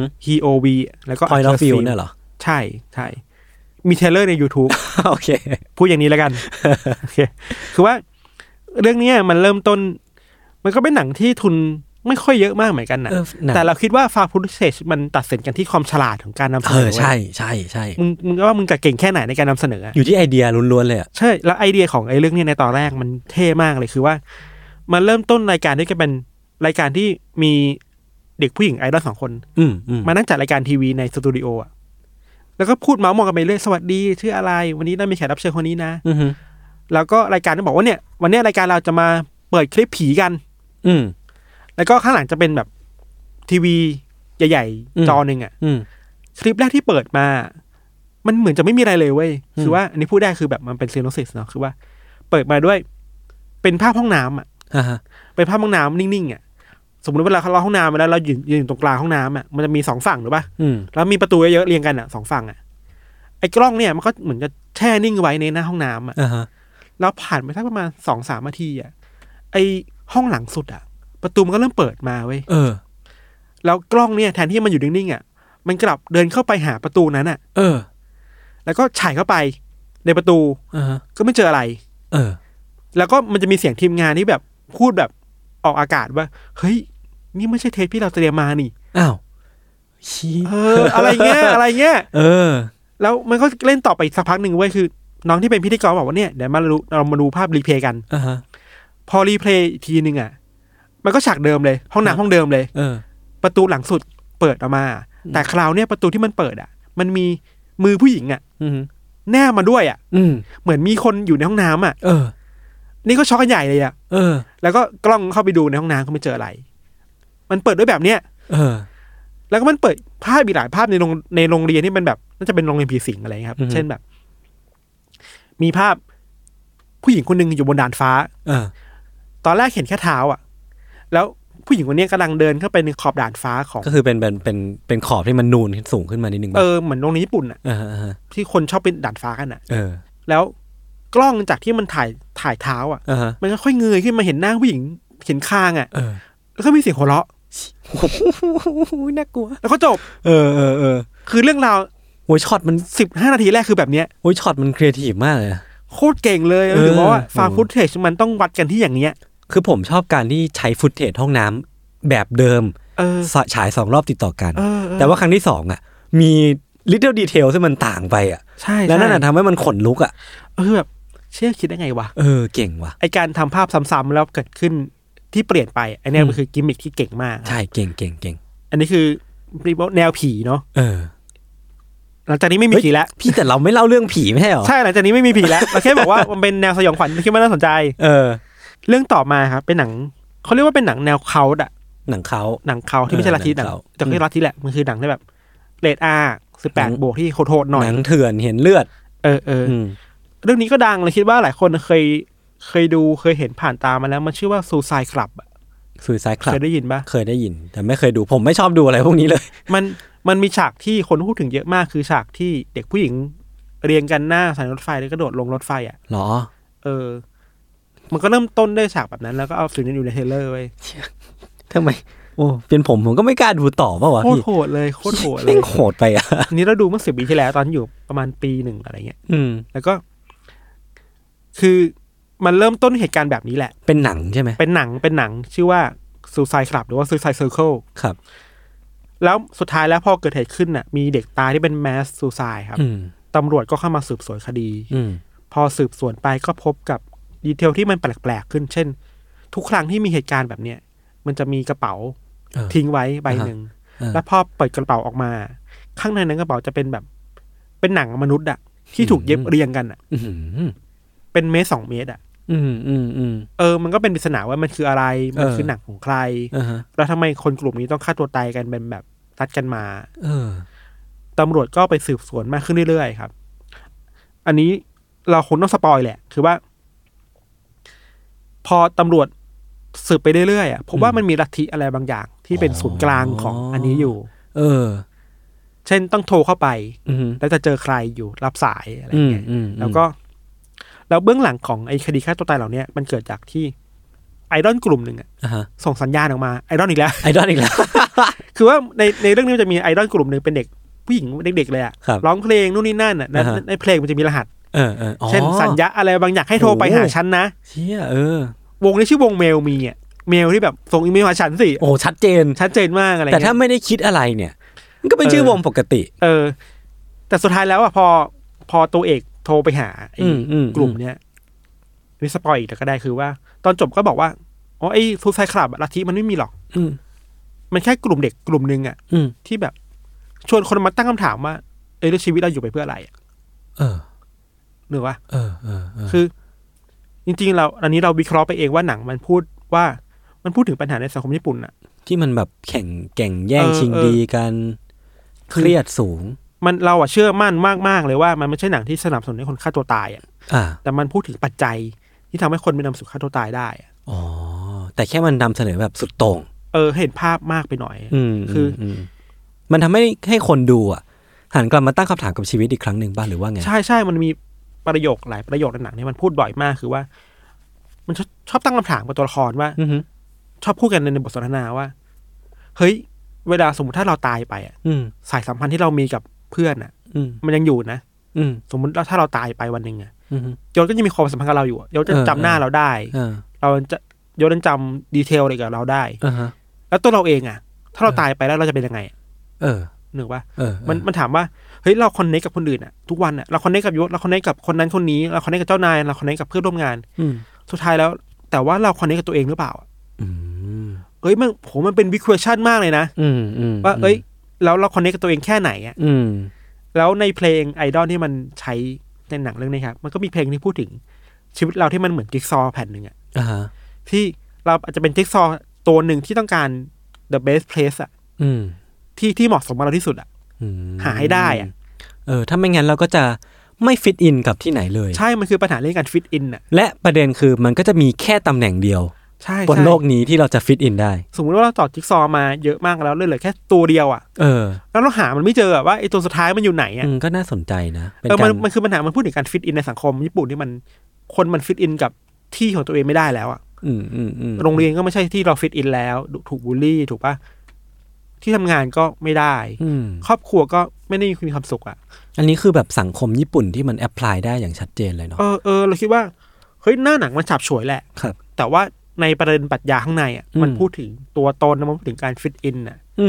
POV แล้วก็ Point of View เนี่ยเหรอใช่ใช่มีเทรลเลอร์ใน YouTube โอเคพูดอย่างนี้แล้วกันโอเคคือว่าเรื่องนี้มันเริ่มต้นมันก็เป็นหนังที่ทุนไม่ค่อยเยอะมากเหมือนกันนะแต่เราคิดว่าฟาฟุตเทจมันตัดสินกันที่ความฉลาดของการนำเสนอใช่ใช่ใช่มึงก็ว่ามึงเก่งแค่ไหนในการนำเสนออยู่ที่ไอเดียล้วนๆเลยอ่ะใช่แล้วไอเดียของไอ้เรื่องนี้ในตอนแรกมันเท่มากเลยคือว่ามันเริ่มต้นรายการด้วยกันเป็นรายการที่มีเด็กผู้หญิงไอดอล2 คนมานั่งจัดรายการทีวีในสตูดิโออ่ะแล้วก็พูดเมาส์มอยกันไปเรื่อยสวัสดีชื่ออะไรวันนี้ได้มีแขกรับเชิญคนนี้นะแล้วก็รายการก็บอกว่าเนี่ยวันนี้รายการเราจะมาเปิดคลิปผีกันแล้วก็ข้างหลังจะเป็นแบบทีวีใหญ่ๆจอหนึ่งอ่ะคลิปแรกที่เปิดมามันเหมือนจะไม่มีอะไรเลยเว้ยคือว่าอันนี้พูดได้คือแบบมันเป็นซีโนซิสเนาะคือว่าเปิดมาด้วยเป็นภาพห้องน้ำอ่ะเป็นภาพห้องน้ำนิ่งๆอ่ะสมมติว่าเราห้องน้ำมาแล้วเรายืนตรงกลางห้องน้ำอ่ะมันจะมี2 ฝั่งหรือป่ะแล้วมีประตูเยอะๆเรียงกันอ่ะ2 ฝั่งอ่ะไอ้กล้องเนี่ยมันก็เหมือนจะแช่นิ่งไว้ในหน้าห้องน้ำอ่ะแล้วผ่านไปสักประมาณ 2-3 นาทีอ่ะไอ้ห้องหลังสุดอ่ะประตูมันก็เริ่มเปิดมาเว้ยแล้วกล้องเนี่ยแทนที่มันอยู่นิ่งๆอ่ะมันกลับเดินเข้าไปหาประตูนั้นอ่ะแล้วก็ฉายเข้าไปในประตูก็ไม่เจออะไรแล้วก็มันจะมีเสียงทีมงานที่แบบพูดแบบออกอากาศว่าเฮ้ยนี่ไม่ใช่เทปที่เราเตรียมมานี่อ้าวอะไรเงี้ยแล้วมันก็เล่นต่อไปสักพักหนึ่งเว้ยคือน้องที่เป็นพิธีกรบอกว่าเนี่ยเดี๋ยวเรามาดูภาพรีเพลย์กันพอรีเพลย์ทีนึงอ่ะมันก็ฉากเดิมเลยห้องน้ำห้องเดิมเลยประตูหลังสุดเปิดออกมาแต่คราวเนี้ยประตูที่มันเปิดอ่ะมันมีมือผู้หญิงอ่ะแนบมาด้วยอ่ะเหมือนมีคนอยู่ในห้องน้ำอ่ะนี่ก็ช็อกกันใหญ่เลยอ่ะแล้วก็กล้องเข้าไปดูในห้องน้ำก็ไม่เจออะไรมันเปิดด้วยแบบเนี้ยแล้วก็มันเปิดภาพอีกหลายภาพในโรงเรียนที่มันแบบน่าจะเป็นโรงเรียนผีสิงอะไรครับเช่นแบบมีภาพผู้หญิงคนนึงอยู่บนดาดฟ้าตอนแรกเห็นแค่เท้าอ่ะแล้วผู้หญิงคนนี้กำลังเดินเข้าไปในขอบดาดฟ้าของก็คือเป็นขอบที่มันนูนสูงขึ้นมานิดนึงเหมือนโรงเรียนญี่ปุ่นอ่ะที่คนชอบเป็นดาดฟ้ากันอ่ะแล้วกล้องจากที่มันถ่ายเท้าอ่ะมันก็ค่อยเงยขึ้นมาเห็นหน้าผู้หญิงเห็นคางอ่ะแล้วก็มีเสียงหัวเราะน่ากลัวแล้วก็จบคือเรื่องราวโอ้ยช็อตมัน 15 นาทีแรกคือแบบเนี้ยโอ้ยช็อตมันครีเอทีฟมากเลยโคตรเก่งเลยถึงบอกว่าฟาร์ฟุตเทจมันต้องวัดกันที่อย่างเนี้ยคือผมชอบการที่ใช้ฟุตเทจห้องน้ำแบบเดิมฉาย2 รอบติดต่อกันแต่ว่าครั้งที่2อ่ะมีlittle detail ที่มันต่างไปอ่ะใช่แล้วนั่นทำให้มันขนลุกอ่ะแบบเชื่อคิดได้ไงวะเก่งว่ะไอการทำภาพซ้ำๆแล้วเกิดขึ้นที่เปลี่ยนไปไอเนี้ยมันคือกิมมิคที่เก่งมากใช่เก่งอันนี้คือแนวผีเนาะหลังจากนี้ไม่มีผีแล้วพี่แต่เราไม่เล่าเรื่องผีไม่ใช่หรอใช่หลังจากนี้ไม่มีผีแล้วเราแค่บอกว่ามันเป็นแนวสยองขวัญที่ไม่น่าสนใจเรื่องต่อมาครับเป็นหนังเขาเรียกว่าเป็นหนังแนวเคาท์อ่ะหนังเขาที่ไม่ใช่ลัทธิหนังแต่ไม่ใช่ลัทธิแหละมันคือหนังที่แบบเรทR18 บวกที่โหดๆหน่อยหนังเถื่อนเห็นเลือดเรื่องนี้ก็ดังเลยคิดว่าหลายคนเคยดูเคยเห็นผ่านตามาแล้วมันชื่อว่า Suicide Club อ่ะ Suicide Club เคยได้ยินปะเคยได้ยินแต่ไม่เคยดูผมไม่ชอบดูอะไรพวกนี้เลยมันมีฉากที่คนพูดถึงเยอะมากคือฉากที่เด็กผู้หญิงเรียงกันหน้าสถานีรถไฟแล้วก็โดดลงรถไฟอ่ะหรอมันก็เริ่มต้นด้วยฉากแบบนั้นแล้วก็เอาสิ่งนั้นอยู่ในเทรลเลอร์ไว้ทำไมโอ้เป็นผมก็ไม่กล้าดูต่อป่าววะพี่โคตรโหดเลยโหดไปอ่ะนี่เราดูเมื่อ10 ปีที่แล้วตอนอยู่ประมาณปี 1อะไรเงี้ยแล้วก็คือมันเริ่มต้นเหตุการณ์แบบนี้แหละเป็นหนังใช่ไหมเป็นหนังชื่อว่า Suicide Club หรือว่า Suicide Circle ครับแล้วสุดท้ายแล้วพอเกิดเหตุขึ้นน่ะมีเด็กตายที่เป็น mass suicide ครับตำรวจก็เข้ามาสืบสวนคดีพอสืบสวนไปก็พบกับดีเทลที่มันแปลกๆขึ้นเช่นทุกครั้งที่มีเหตุการณ์แบบเนี้ยมันจะมีกระเป๋าทิ้งไว้ใบหนึ่งแล้วพอเปิดกระเป๋าออกมาข้างในนั้นกระเป๋าจะเป็นแบบเป็นหนังมนุษย์อะที่ถูกเย็บเรียงกันอะเป็นเมตร2 เมตรอะมันก็เป็นปริศนาว่ามันคืออะไรมันคือหนังของใครแล้วทำไมคนกลุ่มนี้ต้องฆ่าตัวตายกันเป็นแบบตัดกันมาตำรวจก็ไปสืบสวนมากขึ้นเรื่อยๆครับอันนี้เราคงต้องสปอยแหละคือว่าพอตำรวจสืบไปเรื่อยๆผมว่ามันมีลัทธิอะไรบางอย่างที่เป็นศูนย์กลางของอันนี้อยู่เช่นต้องโทรเข้าไปแล้วจะเจอใครอยู่รับสายอะไรเงี้ยแล้วเบื้องหลังของไอ้คดีฆ่าตัวตายเหล่านี้มันเกิดจากที่ไอดอลกลุ่มหนึ่งอ่ะส่งสัญญาณออกมาไอดอลอีกแล้วคือว่าในเรื่องนี้มันจะมีไอดอลกลุ่มหนึ่งเป็นเด็กผู้หญิงเด็กๆเลยอ่ะร้องเพลงนู่นนี่นั่นอ่ะในเพลงมันจะมีรหัสเช่นสัญญาอะไรบางอย่างให้โทรไปหาฉันนะเชี่ยวงนี้ชื่อวงเมลมีอ่ะเมลที่แบบส่งอีเมลหาฉันสิโอ้ชัดเจนมากอะไรแต่ถ้าไม่ได้คิดอะไรเนี่ยมันก็เป็นชื่อวงปกติแต่สุดท้ายแล้วอ่ะพอตัวเอกโทรไปหากลุ่มเนี้ยนี่สปอยอีกแต่ก็ได้คือว่าตอนจบก็บอกว่าอ๋อไอ้ซูไซด์คลับลัทธิมันไม่มีหรอกมันแค่กลุ่มเด็กกลุ่มนึงอ่ะที่แบบชวนคนมาตั้งคำถามว่าเรื่องชีวิตเราอยู่ไปเพื่ออะไรหรือว่าคือจริงๆเราอันนี้เราวิเคราะห์ไปเองว่าหนังมันพูดถึงปัญหาในสังคมญี่ปุ่นอ่ะที่มันแบบแข่งแย่งชิงดีกันเครียดสูงมันเราเชื่อมั่นมากๆเลยว่ามันไม่ใช่หนังที่สนับสนุนให้คนฆ่าตัวตายแต่มันพูดถึงปัจจัยที่ทำให้คนไปนำสู่ฆ่าตัวตายได้อ๋อแต่แค่มันนำเสนอแบบสุดโต่งเห็นภาพมากไปหน่อยคือมันทำให้คนดูหันกลับมาตั้งคำถามกับชีวิตอีกครั้งหนึ่งบ้างหรือว่าไงใช่มันมีประโยคหลายประโยคในหนังนี่มันพูดบ่อยมากคือว่ามันชอบตั้งคำถามกับตัวละครว่าชอบพูดกันในบทสนทนาว่าเฮ้ยเวลาสมมติถ้าเราตายไปสายสัมพันธ์ที่เรามีกับเพื่อนมันยังอยู่นะสมมติถ้าเราตายไปวันหนึ่งยศก็ยังมีความสัมพันธ์กับเราอยู่ยศจะจำหน้าเราได้เราจะยศจะจำดีเทลอะไรกับเราได้แล้วตัวเราเองถ้าเราตายไปแล้วเราจะเป็นยังไงนึกว่ามันถามว่าเฮ้ยเราคอนเนคกับคนอื่นทุกวันเราคอนเนคกับยศเราคอนเนคกับคนนั้นคนนี้เราคอนเนคกับเจ้านายเราคอนเนคกับเพื่อนร่วมงานสุดท้ายแล้วแต่ว่าเราคอนเนคกับตัวเองหรือเปล่ามันเป็นวิควชั่นมากเลยนะว่าแล้วเราคอนเนคกับตัวเองแค่ไหนแล้วในเพลงไอดอลที่มันใช้ในหนังเรื่องนี้ครับมันก็มีเพลงที่พูดถึงชีวิตเราที่มันเหมือนจิ๊กซอว์แผ่นหนึ่งที่เราอาจจะเป็นจิ๊กซอว์ตัวหนึ่งที่ต้องการ the best place ที่เหมาะสมกับเราที่สุดหาให้ได้ถ้าไม่งั้นเราก็จะไม่ฟิตอินกับที่ไหนเลยใช่มันคือปัญหาเรื่องการฟิตอินและประเด็นคือมันก็จะมีแค่ตำแหน่งเดียวบนโลกนี้ที่เราจะฟิตอินได้สมมติว่าเราต่อจิ๊กซอว์มาเยอะมากแล้วเหลือแค่ตัวเดียวแล้วเราหามันไม่เจอว่าไอ้ตัวสุดท้ายมันอยู่ไหนก็น่าสนใจนะมันคือปัญหามันพูดถึงการฟิตอินในสังคมญี่ปุ่นที่มันคนมันฟิตอินกับที่ของตัวเองไม่ได้แล้วโรงเรียนก็ไม่ใช่ที่เราฟิตอินแล้วถูกบูลลี่ถูกป่ะที่ทำงานก็ไม่ได้ครอบครัวก็ไม่ได้มีความสุขอันนี้คือแบบสังคมญี่ปุ่นที่มันแอพพลายได้อย่างชัดเจนเลยเนาะเราคิดว่าเฮ้ยหน้าหนังมันฉาบฉวยแหละแต่ว่าในประเด็นปรัชญาข้างในมันพูดถึงตัวตนมันพูดถึงการฟิตอิน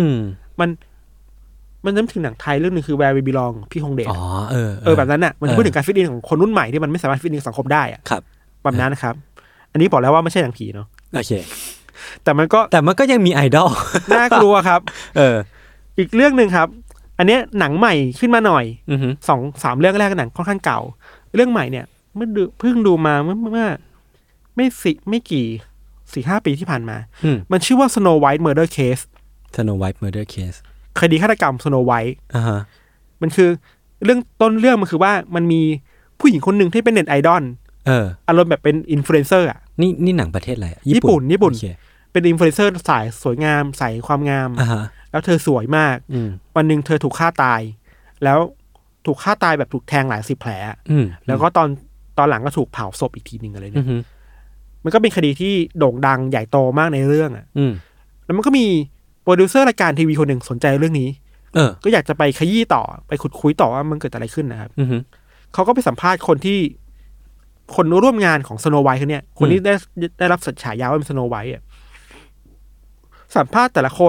มันนึกถึงหนังไทยเรื่องนึงคือ Where We Belong พี่ฮงเดชแบบนั้นมันพูดถึงการฟิตอินของคนรุ่นใหม่ที่มันไม่สามารถฟิตอินสังคมได้แบบนั้นนะครับอันนี้บอกแล้วว่าไม่ใช่หนังผีเนาะโอเคแต่มันก็ยังมีไอดอลน่ากลัวครับอีกเรื่องนึงครับอันนี้หนังใหม่ขึ้นมาหน่อย2-3เรื่องแรกหนังค่อนข้างเก่าเรื่องใหม่เนี่ยเพิ่งดูมาเมื่อไม่กี่ 4-5 ปีที่ผ่านมามันชื่อว่า Snow White Murder Case Snow White Murder Case คดีฆาตกรรม Snow White มันคือเรื่องต้นเรื่องมันคือว่ามันมีผู้หญิงคนหนึ่งที่เป็นเน็ตไอดอลอารมณ์แบบเป็นอินฟลูเอนเซอร์นี่หนังประเทศอะไรญี่ปุ่นเป็นอินฟลูเอนเซอร์สายสวยงามสายความงามแล้วเธอสวยมากวันหนึ่งเธอถูกฆ่าตายแล้วถูกฆ่าตายแบบถูกแทงหลาย10 แผลแล้วก็ตอนหลังก็ถูกเผาศพอีกทีนึงอะไรเนี่ยมันก็เป็นคดีที่โด่งดังใหญ่โตมากในเรื่องแล้วมันก็มีโปรดิวเซอร์รายการทีวีคนหนึ่งสนใจเรื่องนี้ก็อยากจะไปขยี้ต่อไปขุดคุยต่อว่ามันเกิดอะไรขึ้นนะครับเขาก็ไปสัมภาษณ์คนร่วมงานของสโนว์ไวท์คนเนี้ยคนที่ได้รับฉายาว่าเป็นสโนว์ไวท์สัมภาษณ์แต่ละคน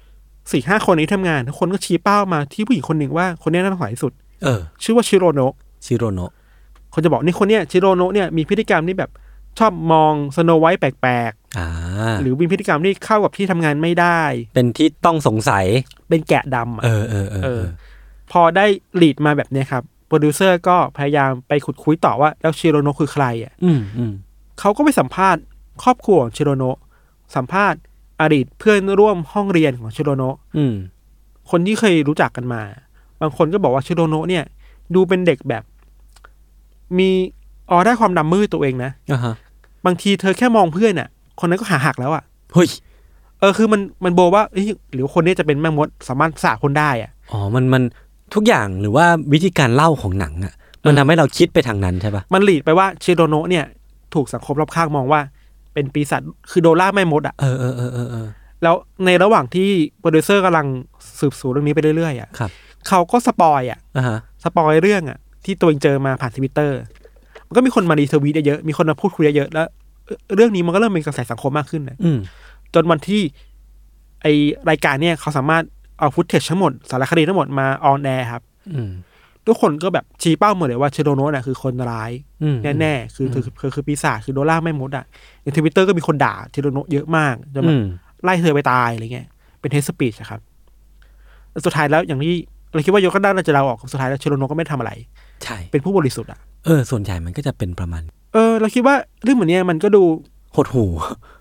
4-5 คนนี้ทำงานทุกคนก็ชี้เป้ามาที่ผู้หญิงคนหนึ่งว่าคนนี้น่าสงสัยที่สุดชื่อว่าชิโรโนะคนจะบอกนี่คนเนี้ยชิโรโนะเนี่ยมีพฤติกรรมที่แบบชอบมองสโนว์ไวท์แปลกๆหรือมีพฤติกรรมที่เข้ากับที่ทำงานไม่ได้เป็นที่ต้องสงสัยเป็นแกะดำพอได้ลีดมาแบบนี้ครับโปรดิวเซอร์ก็พยายามไปขุดคุยต่อว่าแล้วชิโรโนะคือใครเขาก็ไปสัมภาษณ์ครอบครัวของชิโรโนะสัมภาษณ์อดีตเพื่อนร่วมห้องเรียนของชิโรโนะคนที่เคยรู้จักกันมาบางคนก็บอกว่าชิโรโนะเนี่ยดูเป็นเด็กแบบมีได้ความดำมืดตัวเองนะบางทีเธอแค่มองเพื่อนคนนั้นก็ขาหักแล้วเฮ้ยคือมันโบว่าหรือคนนี้จะเป็นแม่มดสามารถสาคนได้มันทุกอย่างหรือว่าวิธีการเล่าของหนังมันทำให้เราคิดไปทางนั้นใช่ปะมันหลีดไปว่าชิโรโนะเนี่ยถูกสังคมรอบข้างมองว่าเป็นปีศาจคือโดล่าแม่มดอ่ะแล้วในระหว่างที่โปรดิวเซอร์กำลังสืบสวนเรื่องนี้ไปเรื่อยๆอ่ะเขาก็สปอยสปอยเรื่องอ่ะที่ตัวเองเจอมาผ่าน Twitter มันก็มีคนมารีทวีตเยอะมีคนมาพูดคุยเยอะแล้วเรื่องนี้มันก็เริ่มเป็นกระแสสังคมมากขึ้นนะจนวันที่ไอรายการเนี่ยเขาสามารถเอาฟุตเทจทั้งหมดสารคดีทั้งหมดมาออนแอร์ครับทุกคนก็แบบชี้เป้าหมดเลยว่าเชโดโนะน่ะคือคนร้ายแน่ๆคือปีศาจคือโดล่าแม่มดอ่ะใน Twitter ก็มีคนด่าเชโดโนะเยอะมากจนแบบไล่เธอไปตายอะไรเงี้ยเป็นเฮทสปีชครับสุดท้ายแล้วอย่างที่เราคิดว่าโยก็น่าจะลาออกสุดท้ายแล้วเชโดโนะก็ไม่ทำอะไรใช่เป็นผู้บริสุทธิ์อ่ะส่วนใหญ่มันก็จะเป็นประมาณเราคิดว่าเรื่องเหมือนเนี้ยมันก็ดูหดหู่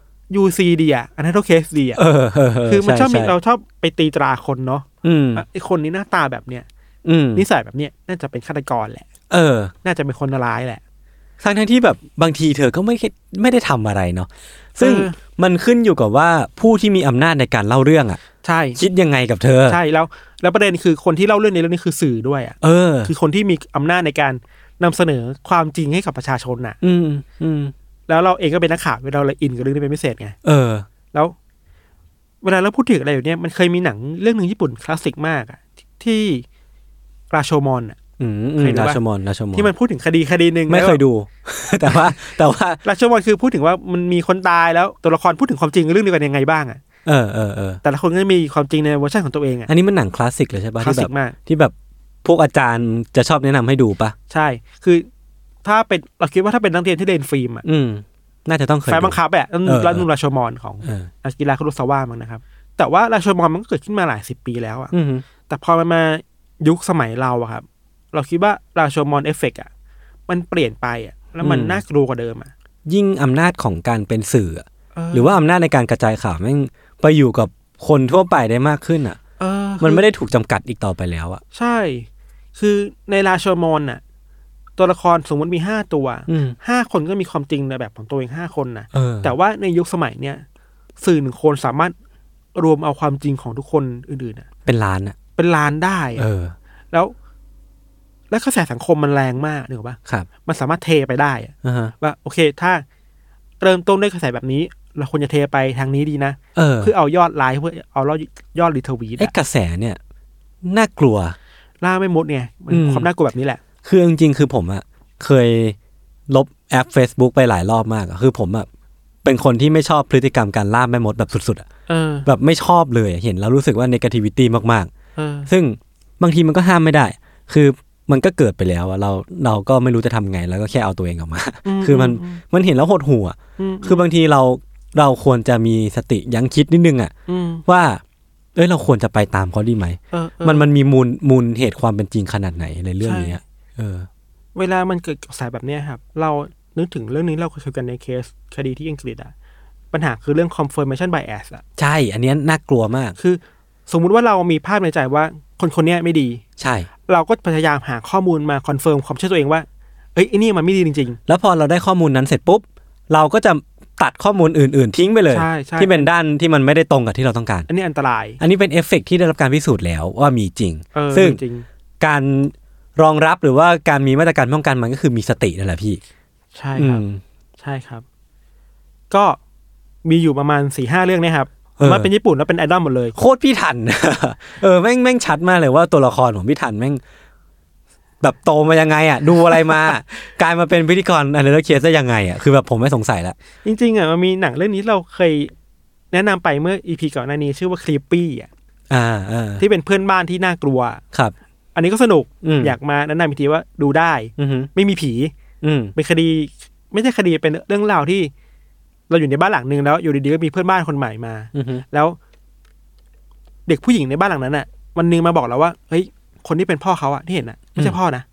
UC ดีอ่ะอันนั้นโอเคดีอ่ะคือมันชอบเราชอบไปตีตราคนเนาะไอคนนี้หน้าตาแบบเนี้ยนิสัยแบบเนี้ยน่าจะเป็นฆาตกรแหละน่าจะเป็นคนร้ายแหละทั้งที่แบบบางทีเธอก็ไม่ได้ทำอะไรเนาะซึ่งมันขึ้นอยู่กับว่าผู้ที่มีอำนาจในการเล่าเรื่องอ่ะใช่คิดยังไงกับเธอใช่แล้วประเด็นคือคนที่เล่าเรื่องในเรื่องนี้คือสื่อด้วยอ่ะคือคนที่มีอำนาจในการนำเสนอความจริงให้กับประชาชนน่ะแล้วเราเองก็เป็นนักข่าวเราอินกับเรื่องนี้เป็นพิเศษไงแล้วเวลาเราพูดถึงอะไรอยู่เนี่ยมันเคยมีหนังเรื่องนึงญี่ปุ่นคลาสสิกมากอ่ะที่ราโชมอนอ่ะราโชมอนที่มันพูดถึงคดีนึงไม่เคยดู แต่ว่าราโชมอนคือพูดถึงว่ามันมีคนตายแล้วตัวละครพูดถึงความจริงเรื่องเดียวกันยังไงบ้างอ่ะแต่ละคนก็มีความจริงในเวอร์ชันของตัวเองอ่ะอันนี้มันหนังคลาสสิกเลยใช่ป่ะคลาสสิกมากที่แบบพวกอาจารย์จะชอบแนะนำให้ดูป่ะใช่คือถ้าเป็นเราคิดว่าถ้าเป็นนักเรียนที่เรียนฟิล์มอ่ะน่าจะต้องเคยไฟบังคับแบบแล้วนุ่มราโชมอนของอากิระคุโรซาวะมั้งนะครับแต่ว่าราโชมอนมันก็เกิดขึ้นมาหลาย10 ปีแล้วอ่ะแต่พอมันมายุคสมัยเราอะครับเราคิดว่าราโชมอนเอฟเฟกต์อ่ะมันเปลี่ยนไปอ่ะแล้วมันน่ากลัวกว่าเดิมอ่ะยิ่งอำนาจของการเป็นสื่อหรือว่าอำนาจในการกระจายข่าวแม่งไปอยู่กับคนทั่วไปได้มากขึ้นอ่ะมันไม่ได้ถูกจำกัดอีกต่อไปแล้วอ่ะใช่คือในราโชมอนอ่ะตัวละครสมมติมี5 ตัว5 คนก็มีความจริงในแบบของตัวเอง5 คนนะแต่ว่าในยุคสมัยเนี้ยสื่อ1 คนสามารถรวมเอาความจริงของทุกคนอื่นๆอ่ะเป็นล้านอ่ะเป็นล้านได้แล้วกระแสสังคมมันแรงมากนึกออกป่ะมันสามารถเทไปได้ว่าโอเคถ้าเริ่มต้นด้วยกระแสแบบนี้เราควรจะเทไปทางนี้ดีนะเพื่อเอายอดไลค์เพื่อเอายอดรีทวีตกระแสเนี่ยน่ากลัวล่าไม่มดไงความน่ากลัวแบบนี้แหละคือจริงๆคือผมอะเคยลบแอป Facebook ไปหลายรอบมากคือผมอะเป็นคนที่ไม่ชอบพฤติกรรมการล่าแม่มดแบบสุดๆอะแบบไม่ชอบเลยเห็นแล้วรู้สึกว่า negativity มากๆซึ่งบางทีมันก็ห้ามไม่ได้คือมันก็เกิดไปแล้วอะเราก็ไม่รู้จะทำไงแล้วก็แค่เอาตัวเองออกมาคือมันเห็นแล้วหดหู่อะคือบางทีเราควรจะมีสติยั้งคิดนิดนึงอะว่าเราควรจะไปตามเขาดีไหมมันมีมูลเหตุความเป็นจริงขนาดไหนในเรื่องนี้เวลามันเกิดกระแสแบบนี้ครับเรานึกถึงเรื่องนี้เราเคยคุยกันในเคสคดีที่อังกฤษอะปัญหาคือเรื่อง confirmation bias อะใช่อันนี้น่ากลัวมากคือสมมุติว่าเรามีภาพในใจว่าคนนี้ไม่ดีใช่เราก็พยายามหาข้อมูลมาคอนเฟิร์มความเชื่อตัวเองว่าไอ้นี่มันไม่ดีจริงๆแล้วพอเราได้ข้อมูลนั้นเสร็จปุ๊บเราก็จะตัดข้อมูลอื่นๆทิ้งไปเลยที่เป็นด้านที่มันไม่ได้ตรงกับที่เราต้องการอันนี้อันตรายอันนี้เป็นเอฟเฟกต์ที่ได้รับการพิสูจน์แล้วว่ามีจริงซึ่งการรองรับหรือว่าการมีมาตรการป้องกันมันก็คือมีสตินั่นแหละพี่ใช่ครับใช่ครับก็มีอยู่ประมาณ 4-5 เรื่องนะครับมาเป็นญี่ปุ่นแล้วเป็นไอดอลหมดเลยโคตรพี่ทันแม่งชัดมากเลยว่าตัวละครของพี่ทันแม่งแบบโตมายังไงอ่ะดูอะไรมากลายมาเป็นพิธีกรอะไรแล้วเคสได้ยังไงอ่ะคือแบบผมไม่สงสัยแล้วจริงๆอ่ะมันมีหนังเรื่องนี้เราเคยแนะนำไปเมื่อ EP ก่อนหน้านี้ชื่อว่า Creepy อ่ะที่เป็นเพื่อนบ้านที่น่ากลัวครับอันนี้ก็สนุกอยากมาแนะนำอีกทีว่าดูได้ไม่มีผีเป็นคดีไม่ใช่คดีเป็นเรื่องราวที่เราอยู่ในบ้านหลังนึงแล้วอยู่ดีๆก็มีเพื่อนบ้านคนใหม่มาแล้วเด็กผู้หญิงในบ้านหลังนั้นน่ะวันนึงมาบอกเราว่าเฮ้ยคนที่เป็นพ่อเขาอะที่เห็นน่ะไม่ใช่พ่อนะ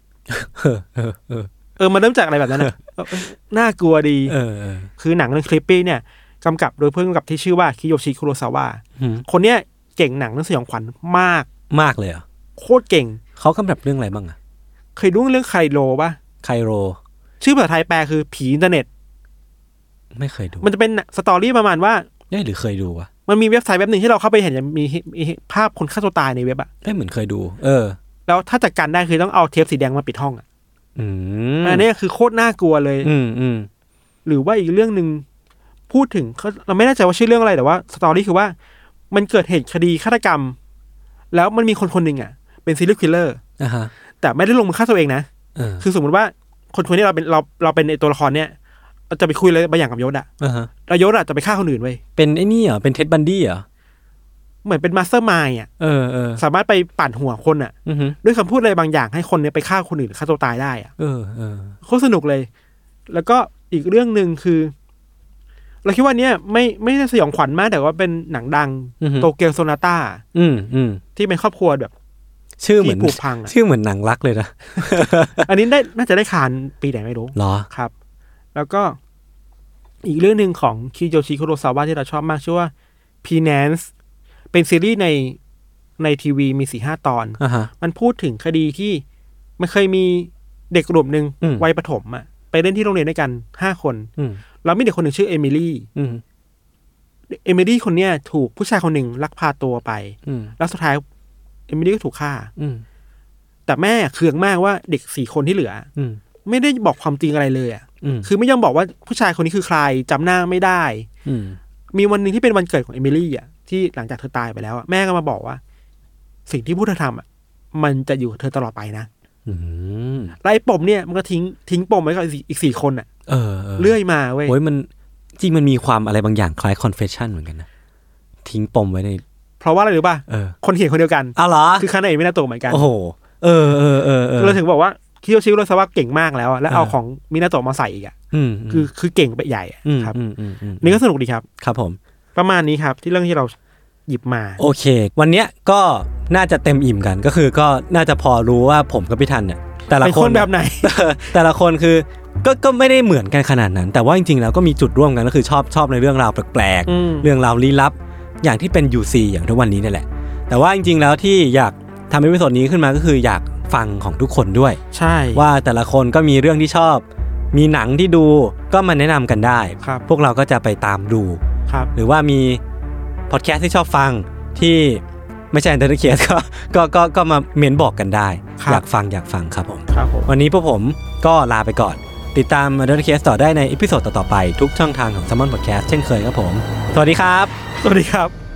มันเริ่มจากอะไรแบบนั้นน่ะน่ากลัวดีคือหนังเรื่อง Creepy เนี่ยกำกับโดยผู้กำกับที่ชื่อว่าคิโยชิคุโรซาวะคนเนี้ยเก่งหนังเรื่องสยองขวัญมากเลยอ่ะโคตรเก่งเขากำกับเรื่องอะไรบ้างอ่ะเคยดูเรื่องไคโรป่ะไคโรชื่อภาษาไทยแปลคือผีอินเทอร์เน็ตไม่เคยดูมันจะเป็นสตอรี่ประมาณว่าหรือเคยดูวะมันมีเว็บไซต์เว็บนึงที่เราเข้าไปเห็นมีภาพคนฆ่าตัวตายในเว็บอ่ะเหมือนเคยดูแล้วถ้าจัดการได้คือต้องเอาเทปสีแดงมาปิดห้องอ่ะอันนี้คือโคตรน่ากลัวเลยหรือว่าอีกเรื่องนึงพูดถึงเราไม่แน่ใจว่าชื่อเรื่องอะไรแต่ว่าสตอรี่คือว่ามันเกิดเหตุคดีฆาตกรรมแล้วมันมีคนหนึ่งอ่ะเป็นซีเรียลคิลเลอร์แต่ไม่ได้ลงมือฆ่าตัวเองนะคือสมมติว่าคนนี้เราเป็นในตัวละครเนี้ยเราจะไปคุยอะไรบางอย่างกับยศอ่ะแล้วยศอ่ะจะไปฆ่าคนอื่นไว้เป็นไอ้นี่เหรอเป็นเท็ดบันดี้เหรอเหมือนเป็นมาสเตอร์มายด์อ่ะสามารถไปปั่นหัวคนอ่ะด้วยคำพูดอะไรบางอย่างให้คนเนี้ยไปฆ่าคนอื่นฆ่าตัวตายได้อ่ะโคตรสนุกเลยแล้วก็อีกเรื่องนึงคือเราคิดว่าเนี้ยไม่ได้สยองขวัญมากแต่ว่าเป็นหนังดังโตเกียวโซนาต้าที่เป็นครอบครัวแบบชื่อเหมือนชื่อเหมือนหนังรักเลยนะอันนี้น่าจะได้คานปีไหนไม่รู้หรอครับแล้วก็อีกเรื่องนึงของคิโยชิคุโรซาวะที่เราชอบมากชื่อว่า Penance เป็นซีรีส์ในทีวีมี 4-5 ตอนมันพูดถึงคดีที่มันเคยมีเด็กกลุ่มนึงวัยประถมอ่ะไปเล่นที่โรงเรียนด้วยกัน5 คนแล้วมีเด็กคนหนึ่งชื่อเอมิลี่คนเนี้ยถูกผู้ชายคนหนึ่งลักพาตัวไปแล้วสุดท้ายเอมิลี่ก็ถูกฆ่าแต่แม่เคืองมากว่าเด็ก4 คนที่เหลือไม่ได้บอกความจริงอะไรเลยอ่ะคือไม่ยอมบอกว่าผู้ชายคนนี้คือใครจำหน้าไม่ได้มีวันหนึ่งที่เป็นวันเกิดของเอมิลี่อ่ะที่หลังจากเธอตายไปแล้วแม่ก็มาบอกว่าสิ่งที่ผู้เธอทำอ่ะมันจะอยู่กับเธอตลอดไปนะแล้วไอ้ปมเนี่ยมันก็ทิ้งปมไว้กับอีก4 คนอ่ะเลื่อยมาเว้ยโอ้ยมันจริงมันมีความอะไรบางอย่างคล้าย confession เหมือนกันนะทิ้งปมไว้ในเพราะว่าอะไรรู้ป่ะคนเขียนคนเดียวกันอ้าวเหรอคือคานาเอะมินาโตะเหมือนกันโอ้โหเราถึงบอกว่าคิโยชิโรซาวะเก่งมากแล้วแล้วเอาของมินาโตะมาใส่อีกอ่ะคือเก่งไปใหญ่ครับนี่ก็สนุกดีครับครับผมประมาณนี้ครับที่เรื่องที่เราหยิบมาโอเควันเนี้ยก็น่าจะเต็มอิ่มกันก็คือก็น่าจะพอรู้ว่าผมกับพี่ทันเนี่ยแต่ละคนแบบไหนแต่ละคนคือก็ไม่ได้เหมือนกันขนาดนั้นแต่ว่าจริงๆแล้วก็มีจุดร่วมกันก็คือชอบในเรื่องราวแปลกๆเรื่องราวลี้ลับอย่างที่เป็น UC อย่างทุกวันนี้นี่แหละแต่ว่าจริงๆแล้วที่อยากทำเอพิโซดนี้ขึ้นมาก็คืออยากฟังของทุกคนด้วยใช่ว่าแต่ละคนก็มีเรื่องที่ชอบมีหนังที่ดูก็มาแนะนำกันได้พวกเราก็จะไปตามดูหรือว่ามีพอดแคสต์ที่ชอบฟังที่ไม่ใช่Undertale Case ก็มาเมนบอกกันได้อยากฟังครับผมวันนี้พวกผมก็ลาไปก่อนติดตาม Undertale Case ต่อได้ในอีพิโซดต่อๆไปทุกช่องทางของ Salmon Podcast เช่นเคยครับผมสวัสดีครับสวัสดีครับ